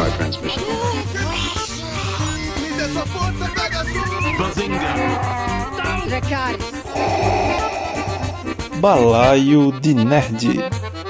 power transmission. Balaio de Nerd.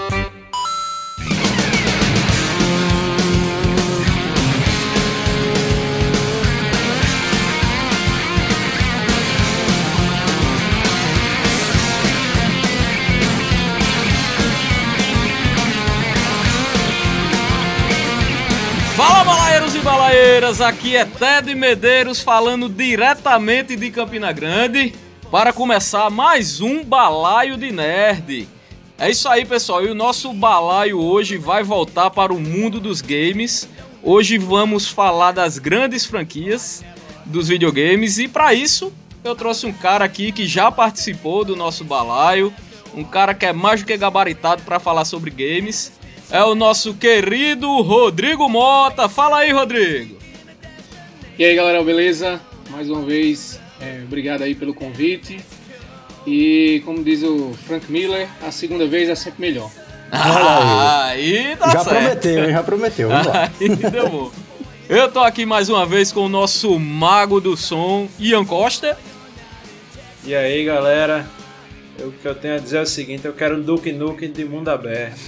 Fala, balaeiros e balaeiras, aqui é Ted Medeiros falando diretamente de Campina Grande para começar mais um Balaio de Nerd. É isso aí, pessoal, e o nosso balaio hoje vai voltar para o mundo dos games. Hoje vamos falar das grandes franquias dos videogames e para isso eu trouxe um cara aqui que já participou do nosso balaio, um cara que é mais do que gabaritado para falar sobre games. É o nosso querido Rodrigo Mota. Fala aí, Rodrigo. E aí, galera, beleza? Mais uma vez, obrigado aí pelo convite. E como diz o Frank Miller, a segunda vez é sempre melhor. Aí tá já certo. Já prometeu. Vamos lá. Aí deu bom. Eu tô aqui mais uma vez com o nosso mago do som, Ian Costa. E aí, galera? O que eu tenho a dizer é o seguinte, eu quero um Duke Nukem de mundo aberto.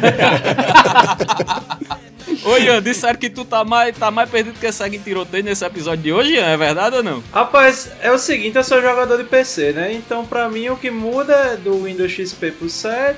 Ô Ian, disseram que tu tá mais perdido que segue em tiroteio nesse episódio de hoje, Ian, é verdade ou não? Rapaz, é o seguinte, eu sou jogador de PC, né? Então pra mim o que muda é do Windows XP pro 7.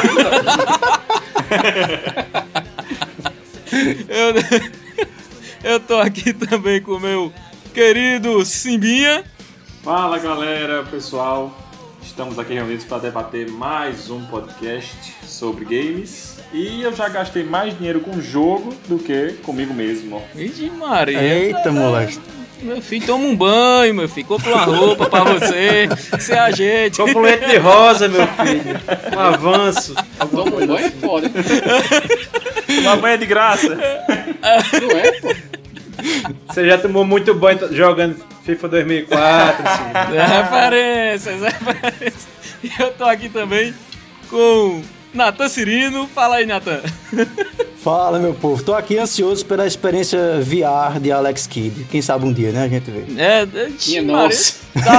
Eu tô aqui também com o meu querido Simbinha. Fala, galera, pessoal. Estamos aqui reunidos para debater mais um podcast sobre games. E eu já gastei mais dinheiro com jogo do que comigo mesmo. Vixe Maria. Eita, moleque. Meu filho, toma um banho, meu filho. Compra uma roupa pra você. Se ajeite. Compra um leite de rosa, meu filho. Um avanço. Toma um banho é foda. Uma banha de graça. Não é, pô? Você já tomou muito banho jogando FIFA 2004, assim. Referências. E eu tô aqui também com Natan Cirino. Fala aí, Natan. Fala, meu povo. Tô aqui ansioso pela experiência VR de Alex Kidd. Quem sabe um dia, né? A gente vê. Minha nossa.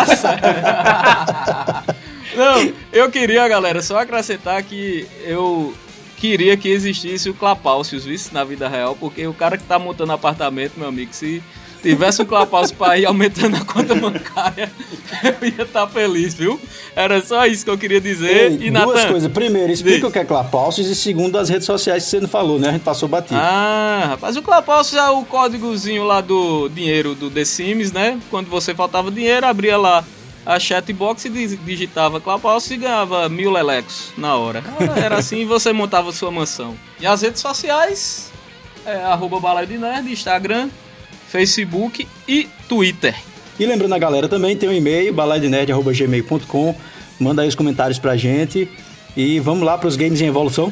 Não, eu queria, galera, só acrescentar que eu queria que existisse o Clapaucius, viu, na vida real, porque o cara que tá montando apartamento, meu amigo, se tivesse um Clapaucius pra ir aumentando a conta bancária, eu ia estar feliz, viu? Era só isso que eu queria dizer. Ei, e duas Nathan, coisas. Primeiro, explica o que é Clapaucius e segundo, as redes sociais que você não falou, né? A gente passou batido. Ah, rapaz, o Clapaucius é o códigozinho lá do dinheiro do The Sims, né? Quando você faltava dinheiro, abria lá a chatbox e digitava Clapaucius e ganhava 1000 lelecos na hora. Era assim e você montava sua mansão. E as redes sociais, @Balaio de Nerd, Instagram, Facebook e Twitter. E lembrando a galera também, tem um e-mail, balaiodenerd@gmail.com. Manda aí os comentários pra gente. E vamos lá pros games em evolução.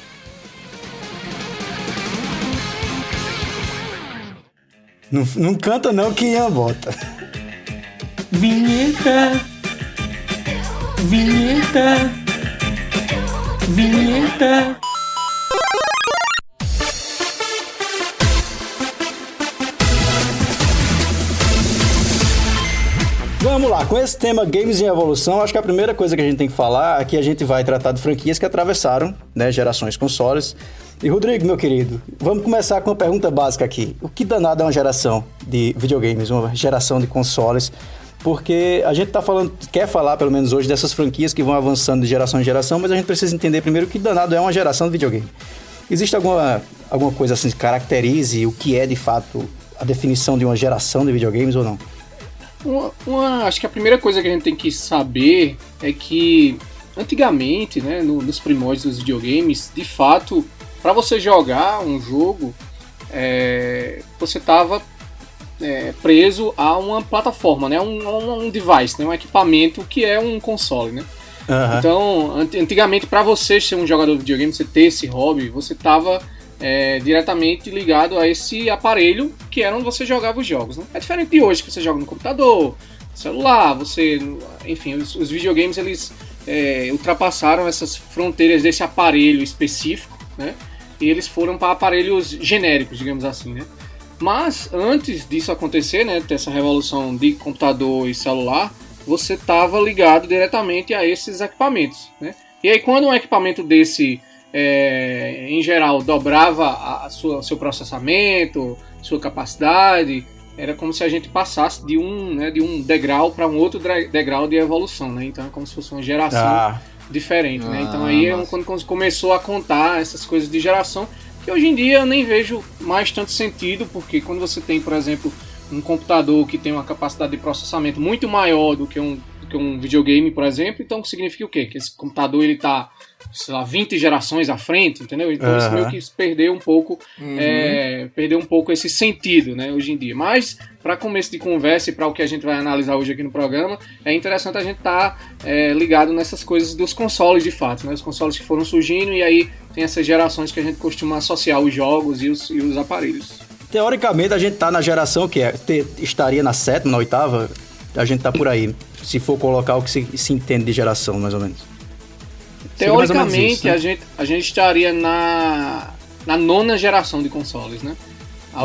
Não canta não que Ian bota. Vinheta. Vinheta. Vinheta. Vamos lá, com esse tema Games em Evolução, acho que a primeira coisa que a gente tem que falar é que a gente vai tratar de franquias que atravessaram, né, gerações consoles. E Rodrigo, meu querido, vamos começar com uma pergunta básica aqui. O que danado é uma geração de videogames, uma geração de consoles? Porque a gente quer falar pelo menos hoje dessas franquias que vão avançando de geração em geração, mas a gente precisa entender primeiro o que danado é uma geração de videogame. Existe alguma coisa assim que caracterize o que é de fato a definição de uma geração de videogames ou não? Acho que a primeira coisa que a gente tem que saber é que antigamente, né, nos primórdios dos videogames, de fato, para você jogar um jogo, você estava preso a uma plataforma, né, um device, né, um equipamento que é um console, né? Uhum. Então, antigamente, para você ser um jogador de videogame, você ter esse hobby, você estava diretamente ligado a esse aparelho que era onde você jogava os jogos, né? É diferente de hoje, que você joga no computador, no celular, enfim, os videogames, eles ultrapassaram essas fronteiras desse aparelho específico, né? e eles foram para aparelhos genéricos, digamos assim, né? Mas antes disso acontecer, né, dessa revolução de computador e celular, você estava ligado diretamente a esses equipamentos, né? E aí quando um equipamento desse, em geral, dobrava seu processamento, sua capacidade, era como se a gente passasse de um degrau para um outro degrau de evolução, né? Então é como se fosse uma geração diferente, né? Então aí é quando começou a contar essas coisas de geração, que hoje em dia eu nem vejo mais tanto sentido, porque quando você tem, por exemplo, um computador que tem uma capacidade de processamento muito maior do que um videogame, por exemplo, então significa o quê? Que esse computador ele tá, sei lá, 20 gerações à frente, entendeu? Então isso meio que perdeu um pouco esse sentido, né, hoje em dia. Mas, para começo de conversa e para o que a gente vai analisar hoje aqui no programa, é interessante a gente estar ligado nessas coisas dos consoles de fato, né? Os consoles que foram surgindo e aí tem essas gerações que a gente costuma associar os jogos e os aparelhos. Teoricamente a gente tá na geração que estaria na 7ª, na 8ª, a gente tá por aí, se for colocar o que se entende de geração, mais ou menos. Teoricamente, isso, né? a gente estaria na 9ª geração de consoles, né? A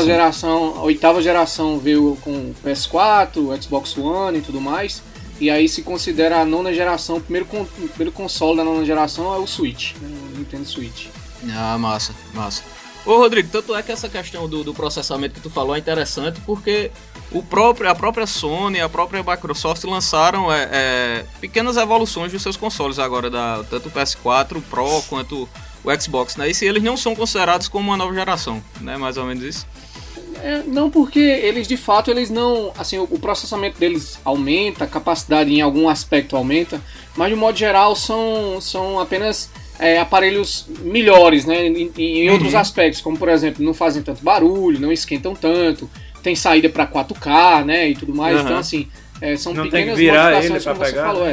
8ª geração veio com o PS4, o Xbox One e tudo mais, e aí se considera a 9ª geração, o primeiro console da 9ª geração é o Switch, né? O Nintendo Switch. Ah, massa. Ô Rodrigo, tanto é que essa questão do processamento que tu falou é interessante porque a própria Sony e a própria Microsoft lançaram pequenas evoluções dos seus consoles agora, tanto o PS4, o Pro quanto o Xbox, né? E se eles não são considerados como uma nova geração, né? Mais ou menos isso. Não, porque eles de fato eles não, assim, o processamento deles aumenta, a capacidade em algum aspecto aumenta, mas de modo geral são apenas aparelhos melhores, né, em outros aspectos, como por exemplo, não fazem tanto barulho, não esquentam tanto, tem saída para 4K, né, e tudo mais, então assim, são não pequenas tem que virar modificações, ele como você pegar. falou,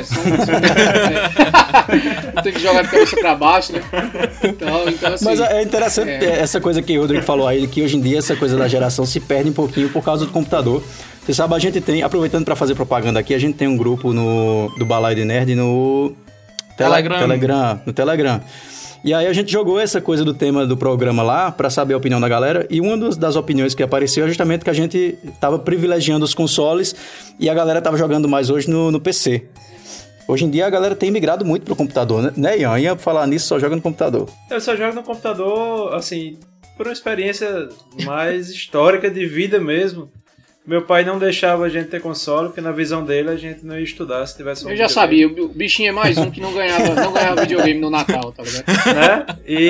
não tem que jogar de cabeça para baixo, né, então assim... Mas é interessante essa coisa que o Rodrigo falou aí, que hoje em dia essa coisa da geração se perde um pouquinho por causa do computador. Você sabe, a gente tem, aproveitando para fazer propaganda aqui, a gente tem um grupo do Balaio de Nerd no Telegram. E aí a gente jogou essa coisa do tema do programa lá pra saber a opinião da galera, e uma das opiniões que apareceu é justamente que a gente tava privilegiando os consoles e a galera tava jogando mais hoje no PC. Hoje em dia a galera tem migrado muito pro computador, né, Ian? Ian, pra falar nisso, só joga no computador. Eu só jogo no computador, assim, por uma experiência mais histórica de vida mesmo. Meu pai não deixava a gente ter console, porque na visão dele a gente não ia estudar se tivesse um Eu já sabia, o bichinho é mais um que não ganhava videogame no Natal, tá ligado? Né?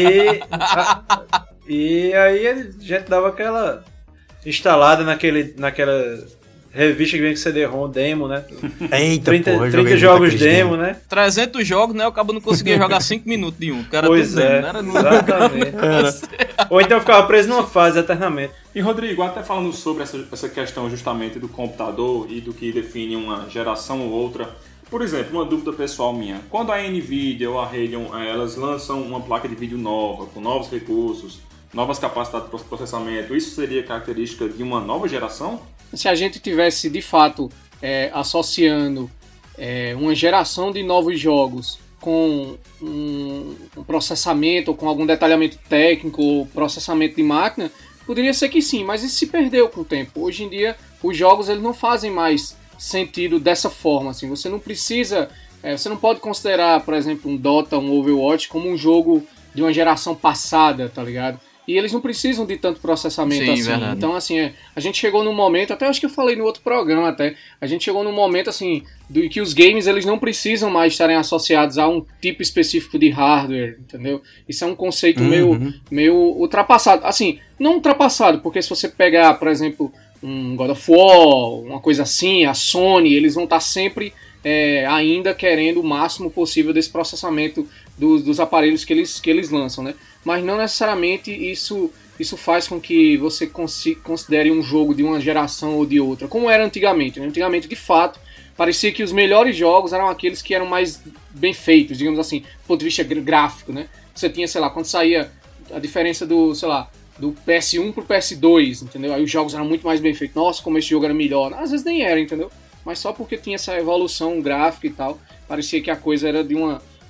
E aí a gente dava aquela instalada naquela revista que vem com CD-ROM, demo, né? Eita, 30 jogos demo, né? 300 jogos, né? O cabo não conseguia jogar 5 minutos de um. O cara Pois tudo é, demo, exatamente. Ou então ficava preso numa fase eternamente. E Rodrigo, até falando sobre essa questão justamente do computador e do que define uma geração ou outra, por exemplo, uma dúvida pessoal minha, quando a Nvidia ou a Radeon, elas lançam uma placa de vídeo nova, com novos recursos, novas capacidades de processamento, isso seria característica de uma nova geração? Se a gente tivesse de fato associando uma geração de novos jogos com um processamento ou com algum detalhamento técnico ou processamento de máquina, poderia ser que sim, mas isso se perdeu com o tempo. Hoje em dia os jogos eles não fazem mais sentido dessa forma, assim. Você não precisa, você não pode considerar, por exemplo, um Dota, um Overwatch como um jogo de uma geração passada, tá ligado? E eles não precisam de tanto processamento. Sim, assim. Verdade. Então, assim, a gente chegou num momento, até acho que eu falei no outro programa até, a gente chegou num momento, assim, do que os games, eles não precisam mais estarem associados a um tipo específico de hardware, entendeu? Isso é um conceito meio ultrapassado. Assim, não ultrapassado, porque se você pegar, por exemplo, um God of War, uma coisa assim, a Sony, eles vão estar sempre ainda querendo o máximo possível desse processamento dos aparelhos que eles lançam, né? Mas não necessariamente isso faz com que você considere um jogo de uma geração ou de outra, como era antigamente, né? Antigamente, de fato, parecia que os melhores jogos eram aqueles que eram mais bem feitos, digamos assim, do ponto de vista gráfico, né? Você tinha, sei lá, quando saía a diferença do PS1 pro PS2, entendeu? Aí os jogos eram muito mais bem feitos. Nossa, como esse jogo era melhor. Às vezes nem era, entendeu? Mas só porque tinha essa evolução gráfica e tal, parecia que a coisa era de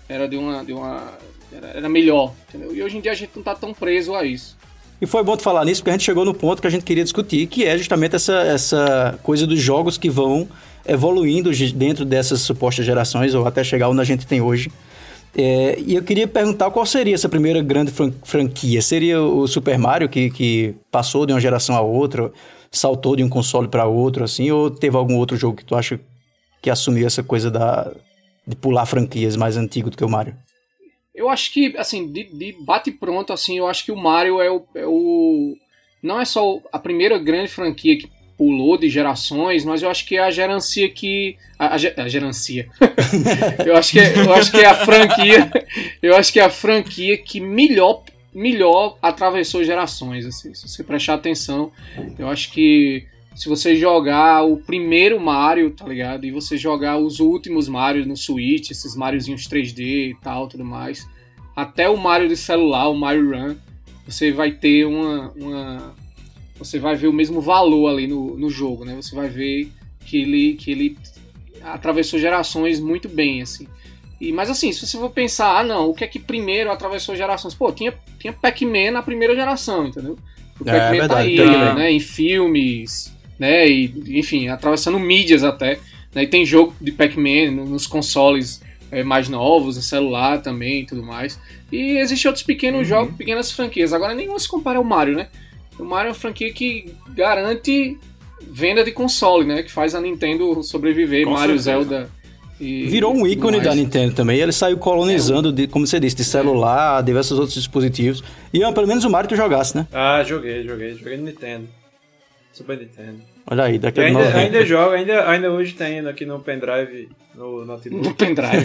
era melhor, entendeu? E hoje em dia a gente não tá tão preso a isso. E foi bom tu falar nisso, porque a gente chegou no ponto que a gente queria discutir, que é justamente essa coisa dos jogos que vão evoluindo dentro dessas supostas gerações, ou até chegar onde a gente tem hoje. E eu queria perguntar qual seria essa primeira grande franquia. Seria o Super Mario, que passou de uma geração a outra, saltou de um console para outro, assim, ou teve algum outro jogo que tu acha que assumiu essa coisa de pular franquias mais antigo do que o Mario? Eu acho que, assim, de bate-pronto, assim, eu acho que o Mario não é só a primeira grande franquia que pulou de gerações, mas eu acho que é a gerancia que... A gerancia. eu acho que é a franquia... Eu acho que é a franquia que melhor atravessou gerações, assim. Se você prestar atenção, eu acho que se você jogar o primeiro Mario, tá ligado? E você jogar os últimos Marios no Switch, esses Mariozinhos 3D e tal, tudo mais, até o Mario de celular, o Mario Run, você vai ter você vai ver o mesmo valor ali no jogo, né? Você vai ver que ele atravessou gerações muito bem, assim. Mas assim, se você for pensar, o que é que primeiro atravessou gerações? Pô, tinha Pac-Man na primeira geração, entendeu? O Pac-Man tá aí, né? Em filmes, né? E, enfim, atravessando mídias até. Né? E tem jogo de Pac-Man nos consoles mais novos, no celular também e tudo mais. E existem outros pequenos jogos, pequenas franquias. Agora nenhum se compara ao Mario, né? O Mario é uma franquia que garante venda de console, né? Que faz a Nintendo sobreviver. Com Mario, certeza. Zelda... Virou um ícone da Nintendo também. Ele saiu colonizando, como você disse, de celular, diversos outros dispositivos. E pelo menos o Mario tu jogasse, né? Ah, joguei no Nintendo. Super Nintendo. Olha aí, daqui a ainda jogo, ainda hoje tem aqui no pendrive, no notebook. No pendrive.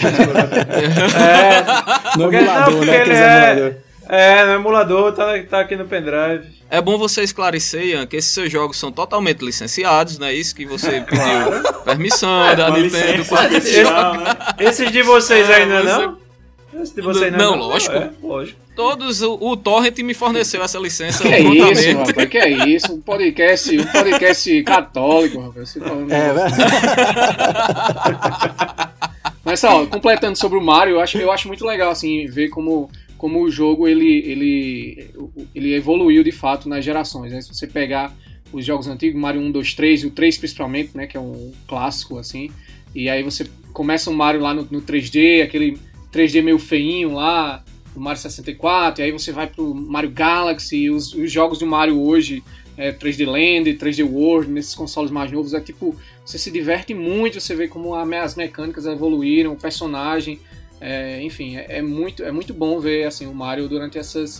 No emulador, né? No emulador, tá aqui no pendrive. É bom você esclarecer, Ian, que esses seus jogos são totalmente licenciados, não é isso? Que você pediu permissão da Nintendo para jogar. Esses de vocês ainda não? Esse de vocês ainda não? Lógico. Lógico. Todos, o Torrent me forneceu essa licença. Que é isso, rapaz? Que é isso? Um podcast católico, rapaz. Mas só, completando sobre o Mario, eu acho muito legal, assim, ver como o jogo ele evoluiu de fato nas gerações, né? Se você pegar os jogos antigos, Mario 1, 2, 3, e o 3 principalmente, né, que é um clássico, assim, e aí você começa o Mario lá no 3D, aquele 3D meio feinho lá, do Mario 64, e aí você vai pro Mario Galaxy, e os jogos do Mario hoje, 3D Land, 3D World, nesses consoles mais novos, tipo, você se diverte muito, você vê como as mecânicas evoluíram, o personagem... enfim, é muito bom ver assim, o Mario durante essas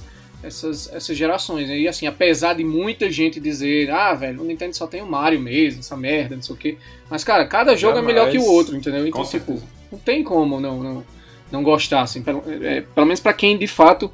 gerações, né? E assim, apesar de muita gente dizer, velho, o Nintendo só tem o Mario mesmo, essa merda, não sei o quê, mas cara, cada jogo é melhor que o outro, entendeu? Então, tipo, não tem como não gostar, assim, pelo menos pra quem de fato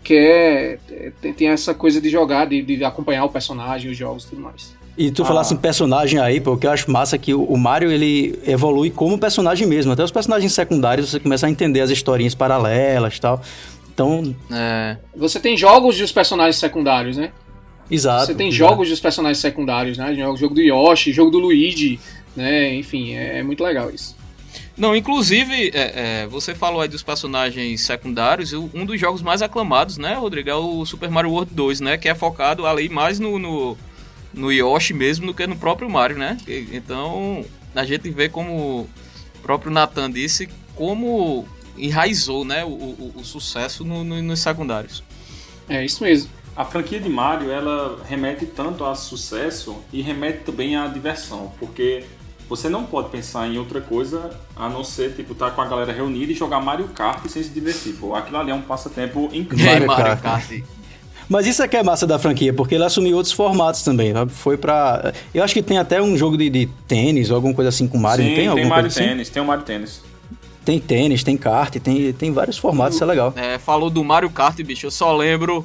quer, tem essa coisa de jogar, de acompanhar o personagem, os jogos e tudo mais. E tu falasse em personagem aí, porque eu acho massa que o Mario, ele evolui como personagem mesmo. Até os personagens secundários, você começa a entender as historinhas paralelas e tal. Então... Você tem jogos dos personagens secundários, né? Exato. Você tem jogos dos personagens secundários, né? O jogo do Yoshi, jogo do Luigi, né? Enfim, é muito legal isso. Não, inclusive, você falou aí dos personagens secundários, um dos jogos mais aclamados, né, Rodrigo? É o Super Mario World 2, né? Que é focado ali mais no Yoshi mesmo do que no próprio Mario, né? Então, a gente vê como o próprio Nathan disse, como enraizou, né, o sucesso nos secundários. É isso mesmo. A franquia de Mario, ela remete tanto a sucesso e remete também à diversão, porque você não pode pensar em outra coisa a não ser, tipo, estar com a galera reunida e jogar Mario Kart sem se divertir. Pô, aquilo ali é um passatempo incrível. Mario Kart. Mas isso é que é massa da franquia, porque ele assumiu outros formatos também. Foi pra... Eu acho que tem até um jogo de tênis ou alguma coisa assim com Mario. Sim, tem Mario assim? Tênis, tem o Mario Tênis. Tem tênis, tem kart, tem vários formatos, isso é legal. Falou do Mario Kart, bicho, eu só lembro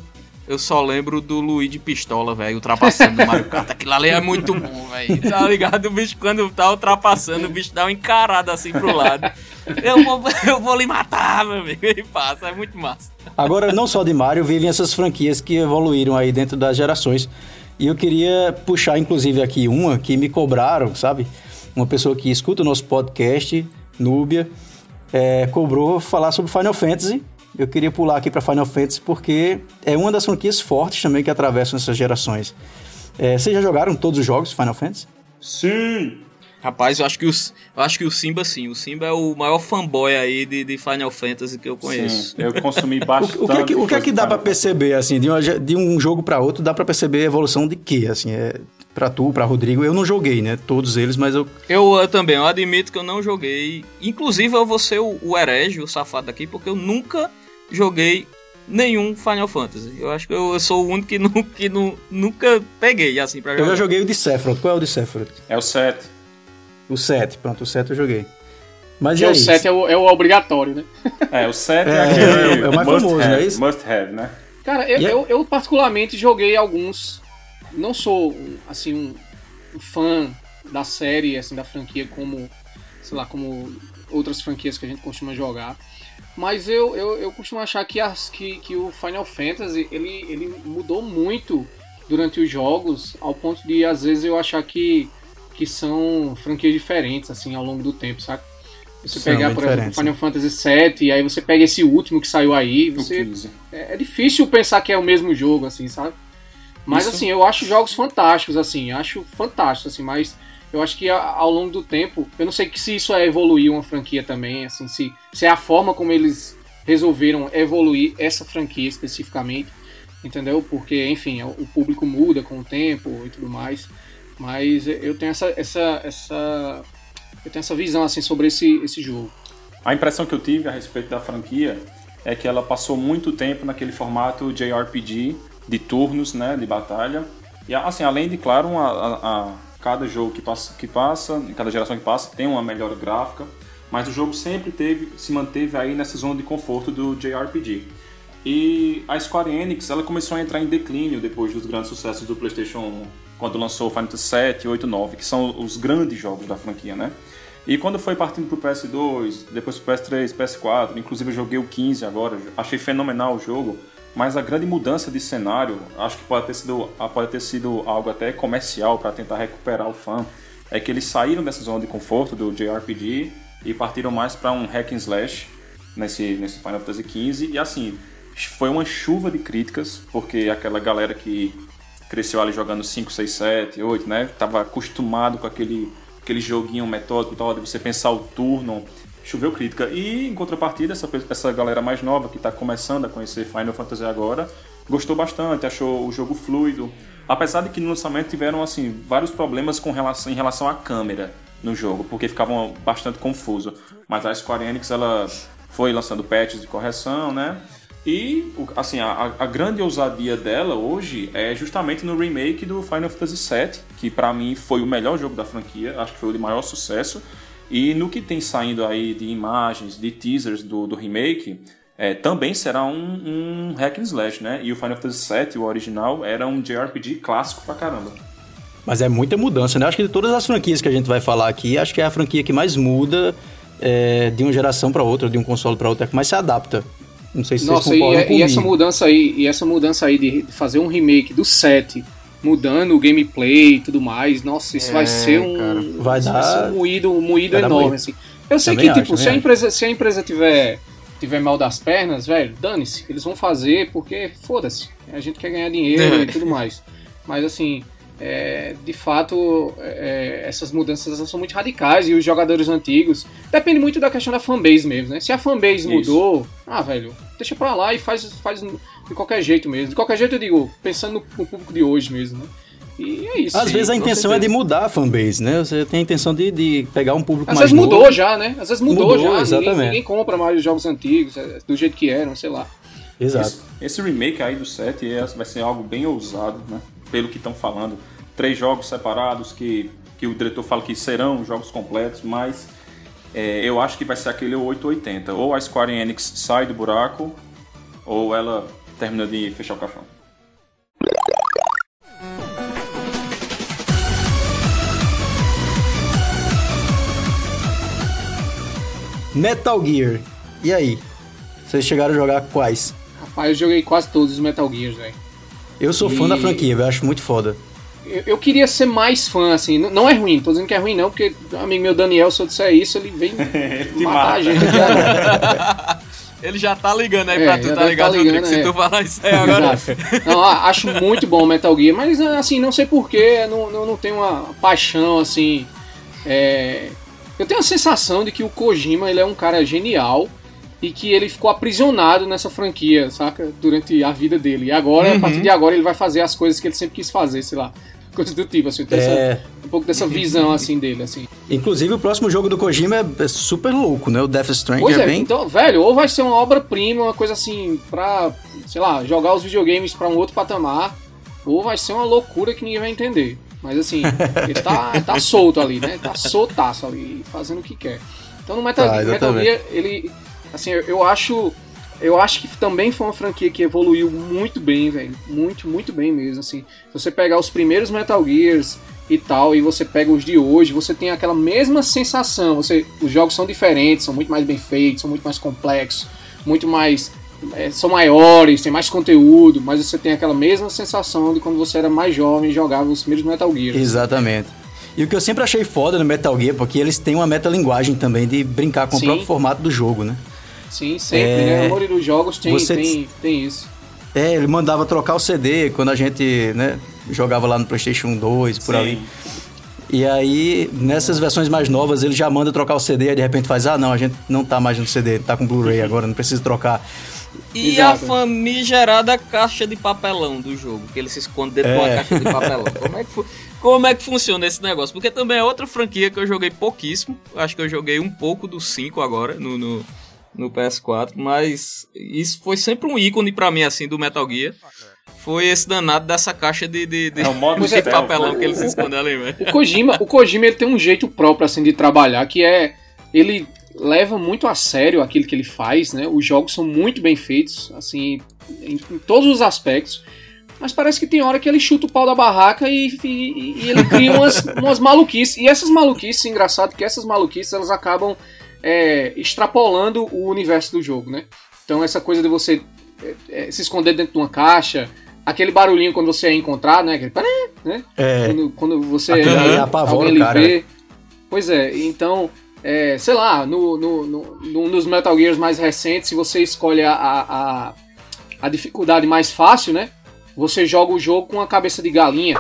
do Luigi Pistola, velho, ultrapassando o Mario Kart. Aquilo ali é muito bom, velho. Tá ligado? O bicho, quando tá ultrapassando, o bicho dá uma encarada assim pro lado. Eu vou lhe matar, meu amigo. E passa, é muito massa. Agora, não só de Mario, vivem essas franquias que evoluíram aí dentro das gerações. E eu queria puxar, inclusive, aqui uma que me cobraram, sabe? Uma pessoa que escuta o nosso podcast, Núbia, cobrou falar sobre Final Fantasy. Eu queria pular aqui para Final Fantasy porque é uma das franquias fortes também que atravessam essas gerações. Vocês já jogaram todos os jogos Final Fantasy? Sim! Rapaz, eu acho que o Simba sim. O Simba é o maior fanboy aí de Final Fantasy que eu conheço. Sim, eu consumi bastante. O que é que dá pra perceber, assim, de um jogo pra outro, dá pra perceber a evolução de quê, assim, pra tu, pra Rodrigo? Eu não joguei, né, todos eles, mas eu também, eu admito que eu não joguei. Inclusive, eu vou ser o herege, o safado daqui, porque eu nunca joguei nenhum Final Fantasy. Eu acho que eu sou o único que nunca peguei, assim, pra jogar. Eu já joguei o de Sephiroth. Qual é o de Sephiroth? É o 7. O 7, pronto, o 7 eu joguei. Mas o 7 é o obrigatório, né? O 7 é aquele... É o mais famoso, não é isso? Must have, né? Cara, eu particularmente joguei alguns... Não sou, assim, um fã da série, assim, da franquia como... Sei lá, como outras franquias que a gente costuma jogar. Mas eu costumo achar que o Final Fantasy, ele mudou muito durante os jogos, ao ponto de, às vezes, eu achar que são franquias diferentes, assim, ao longo do tempo, sabe? Você pegar, por exemplo, Final Fantasy VII, e aí você pega esse último que saiu aí, é difícil pensar que é o mesmo jogo, assim, sabe? Mas, assim, eu acho jogos fantásticos, assim, mas eu acho que ao longo do tempo, eu não sei se isso é evoluir uma franquia também, assim, se é a forma como eles resolveram evoluir essa franquia especificamente, entendeu? Porque, enfim, o público muda com o tempo e tudo mais. Mas eu tenho essa visão assim sobre esse jogo. A impressão que eu tive a respeito da franquia é que ela passou muito tempo naquele formato JRPG de turnos, né, de batalha. E assim, além de, claro, cada jogo que passa, cada geração que passa tem uma melhora gráfica, mas o jogo sempre se manteve aí nessa zona de conforto do JRPG. E a Square Enix, ela começou a entrar em declínio depois dos grandes sucessos do PlayStation 1. Quando lançou Final Fantasy 7, 8, 9, que são os grandes jogos da franquia, né? E quando foi partindo pro PS2, depois pro PS3, PS4, inclusive eu joguei o 15 agora, achei fenomenal o jogo, mas a grande mudança de cenário, acho que pode ter sido algo até comercial para tentar recuperar o fã, é que eles saíram dessa zona de conforto do JRPG e partiram mais para um hack and slash nesse Final Fantasy 15, e assim, foi uma chuva de críticas, porque aquela galera que cresceu ali jogando 5, 6, 7, 8, né? Tava acostumado com aquele joguinho metódico e tal, de você pensar o turno, choveu crítica. E, em contrapartida, essa galera mais nova que tá começando a conhecer Final Fantasy agora, gostou bastante, achou o jogo fluido. Apesar de que no lançamento tiveram, assim, vários problemas em relação à câmera no jogo, porque ficavam bastante confuso. Mas a Square Enix, ela foi lançando patches de correção, né? E, assim, a grande ousadia dela hoje é justamente no remake do Final Fantasy VII, que pra mim foi o melhor jogo da franquia, acho que foi o de maior sucesso. E no que tem saindo aí de imagens, de teasers do remake, também será um hack and slash, né? E o Final Fantasy VII, o original, era um JRPG clássico pra caramba. Mas é muita mudança, né? Acho que de todas as franquias que a gente vai falar aqui, acho que é a franquia que mais muda de uma geração pra outra, de um console pra outra, é que mais se adapta. Não sei se vocês concordam comigo. E essa mudança aí de fazer um remake do 7, mudando o gameplay e tudo mais, nossa, isso vai ser um... Vai dar um moído enorme, assim. Eu sei que, tipo, se a empresa tiver mal das pernas, velho, dane-se. Eles vão fazer porque, foda-se, a gente quer ganhar dinheiro e tudo mais. Mas, assim, de fato, essas mudanças são muito radicais e os jogadores antigos... Depende muito da questão da fanbase mesmo, né? Se a fanbase mudou, velho, deixa pra lá e faz de qualquer jeito mesmo. De qualquer jeito, eu digo, pensando no público de hoje mesmo, né? E é isso. Às vezes a intenção é de mudar a fanbase, né? Você tem a intenção de pegar um público mais novo. Às vezes mudou já, né? Às vezes mudou já. Exatamente. Ninguém compra mais os jogos antigos, do jeito que eram, sei lá. Exato. Esse remake aí do 7 vai ser algo bem ousado, né? Pelo que estão falando. 3 jogos separados que o diretor fala que serão jogos completos, mas eu acho que vai ser aquele 880. Ou a Square Enix sai do buraco, ou ela termina de fechar o caixão. Metal Gear. E aí? Vocês chegaram a jogar quais? Rapaz, eu joguei quase todos os Metal Gears, velho. Eu sou fã da franquia, eu acho muito foda. eu queria ser mais fã, assim, não é ruim, tô dizendo que é ruim não, porque o amigo meu Daniel, se eu disser isso, ele vem matar a gente. Ele já tá ligando aí pra tu, tá ligado, Rodrigo? Se tu falar isso aí agora... Não, acho muito bom o Metal Gear, mas assim, não sei porquê, não tenho uma paixão, assim... Eu tenho a sensação de que o Kojima, ele é um cara genial e que ele ficou aprisionado nessa franquia, saca? Durante a vida dele. E agora, a partir de agora, ele vai fazer as coisas que ele sempre quis fazer, sei lá. Coisas do tipo, assim. Tem um pouco dessa visão, assim, dele, assim. Inclusive, o próximo jogo do Kojima é super louco, né? O Death Stranding pois bem... Então, velho, ou vai ser uma obra-prima, uma coisa assim, pra, sei lá, jogar os videogames pra um outro patamar, ou vai ser uma loucura que ninguém vai entender. Mas, assim, ele tá solto ali, né? Tá soltaço ali, fazendo o que quer. Então, no Metal Gear, ele... Assim, eu acho que também foi uma franquia que evoluiu muito bem, velho. Muito, muito bem mesmo, assim. Se você pegar os primeiros Metal Gears e tal, e você pega os de hoje, você tem aquela mesma sensação. Os jogos são diferentes, são muito mais bem feitos, são muito mais complexos, muito mais... são maiores, tem mais conteúdo, mas você tem aquela mesma sensação de quando você era mais jovem e jogava os primeiros Metal Gears. Exatamente. E o que eu sempre achei foda no Metal Gear, porque eles têm uma metalinguagem também de brincar com o próprio formato do jogo, né? Sim, sempre, né? A maioria dos jogos tem isso. Ele mandava trocar o CD quando a gente, né, jogava lá no PlayStation 2, por ali. E aí, nessas versões mais novas, ele já manda trocar o CD, aí de repente faz, não, a gente não tá mais no CD, tá com Blu-ray agora, não precisa trocar. E exato. A famigerada caixa de papelão do jogo, que ele se esconde dentro de uma caixa de papelão. Como é que funciona esse negócio? Porque também é outra franquia que eu joguei pouquíssimo, acho que eu joguei um pouco do 5 agora, no PS4, mas isso foi sempre um ícone pra mim, assim, do Metal Gear. Foi esse danado dessa caixa de papelão, né? Que ele se esconde ali, velho. O Kojima ele tem um jeito próprio, assim, de trabalhar, que é... Ele leva muito a sério aquilo que ele faz, né? Os jogos são muito bem feitos, assim, em todos os aspectos. Mas parece que tem hora que ele chuta o pau da barraca e ele cria umas maluquices. E essas maluquices, engraçado que essas maluquices, elas acabam... extrapolando o universo do jogo, né? Então essa coisa de você se esconder dentro de uma caixa, aquele barulhinho quando você é encontrado, né? Aquele né? Quando você apavora o cara. Vê. Pois é, então sei lá, nos Metal Gears mais recentes, se você escolhe a dificuldade mais fácil, né? Você joga o jogo com a cabeça de galinha.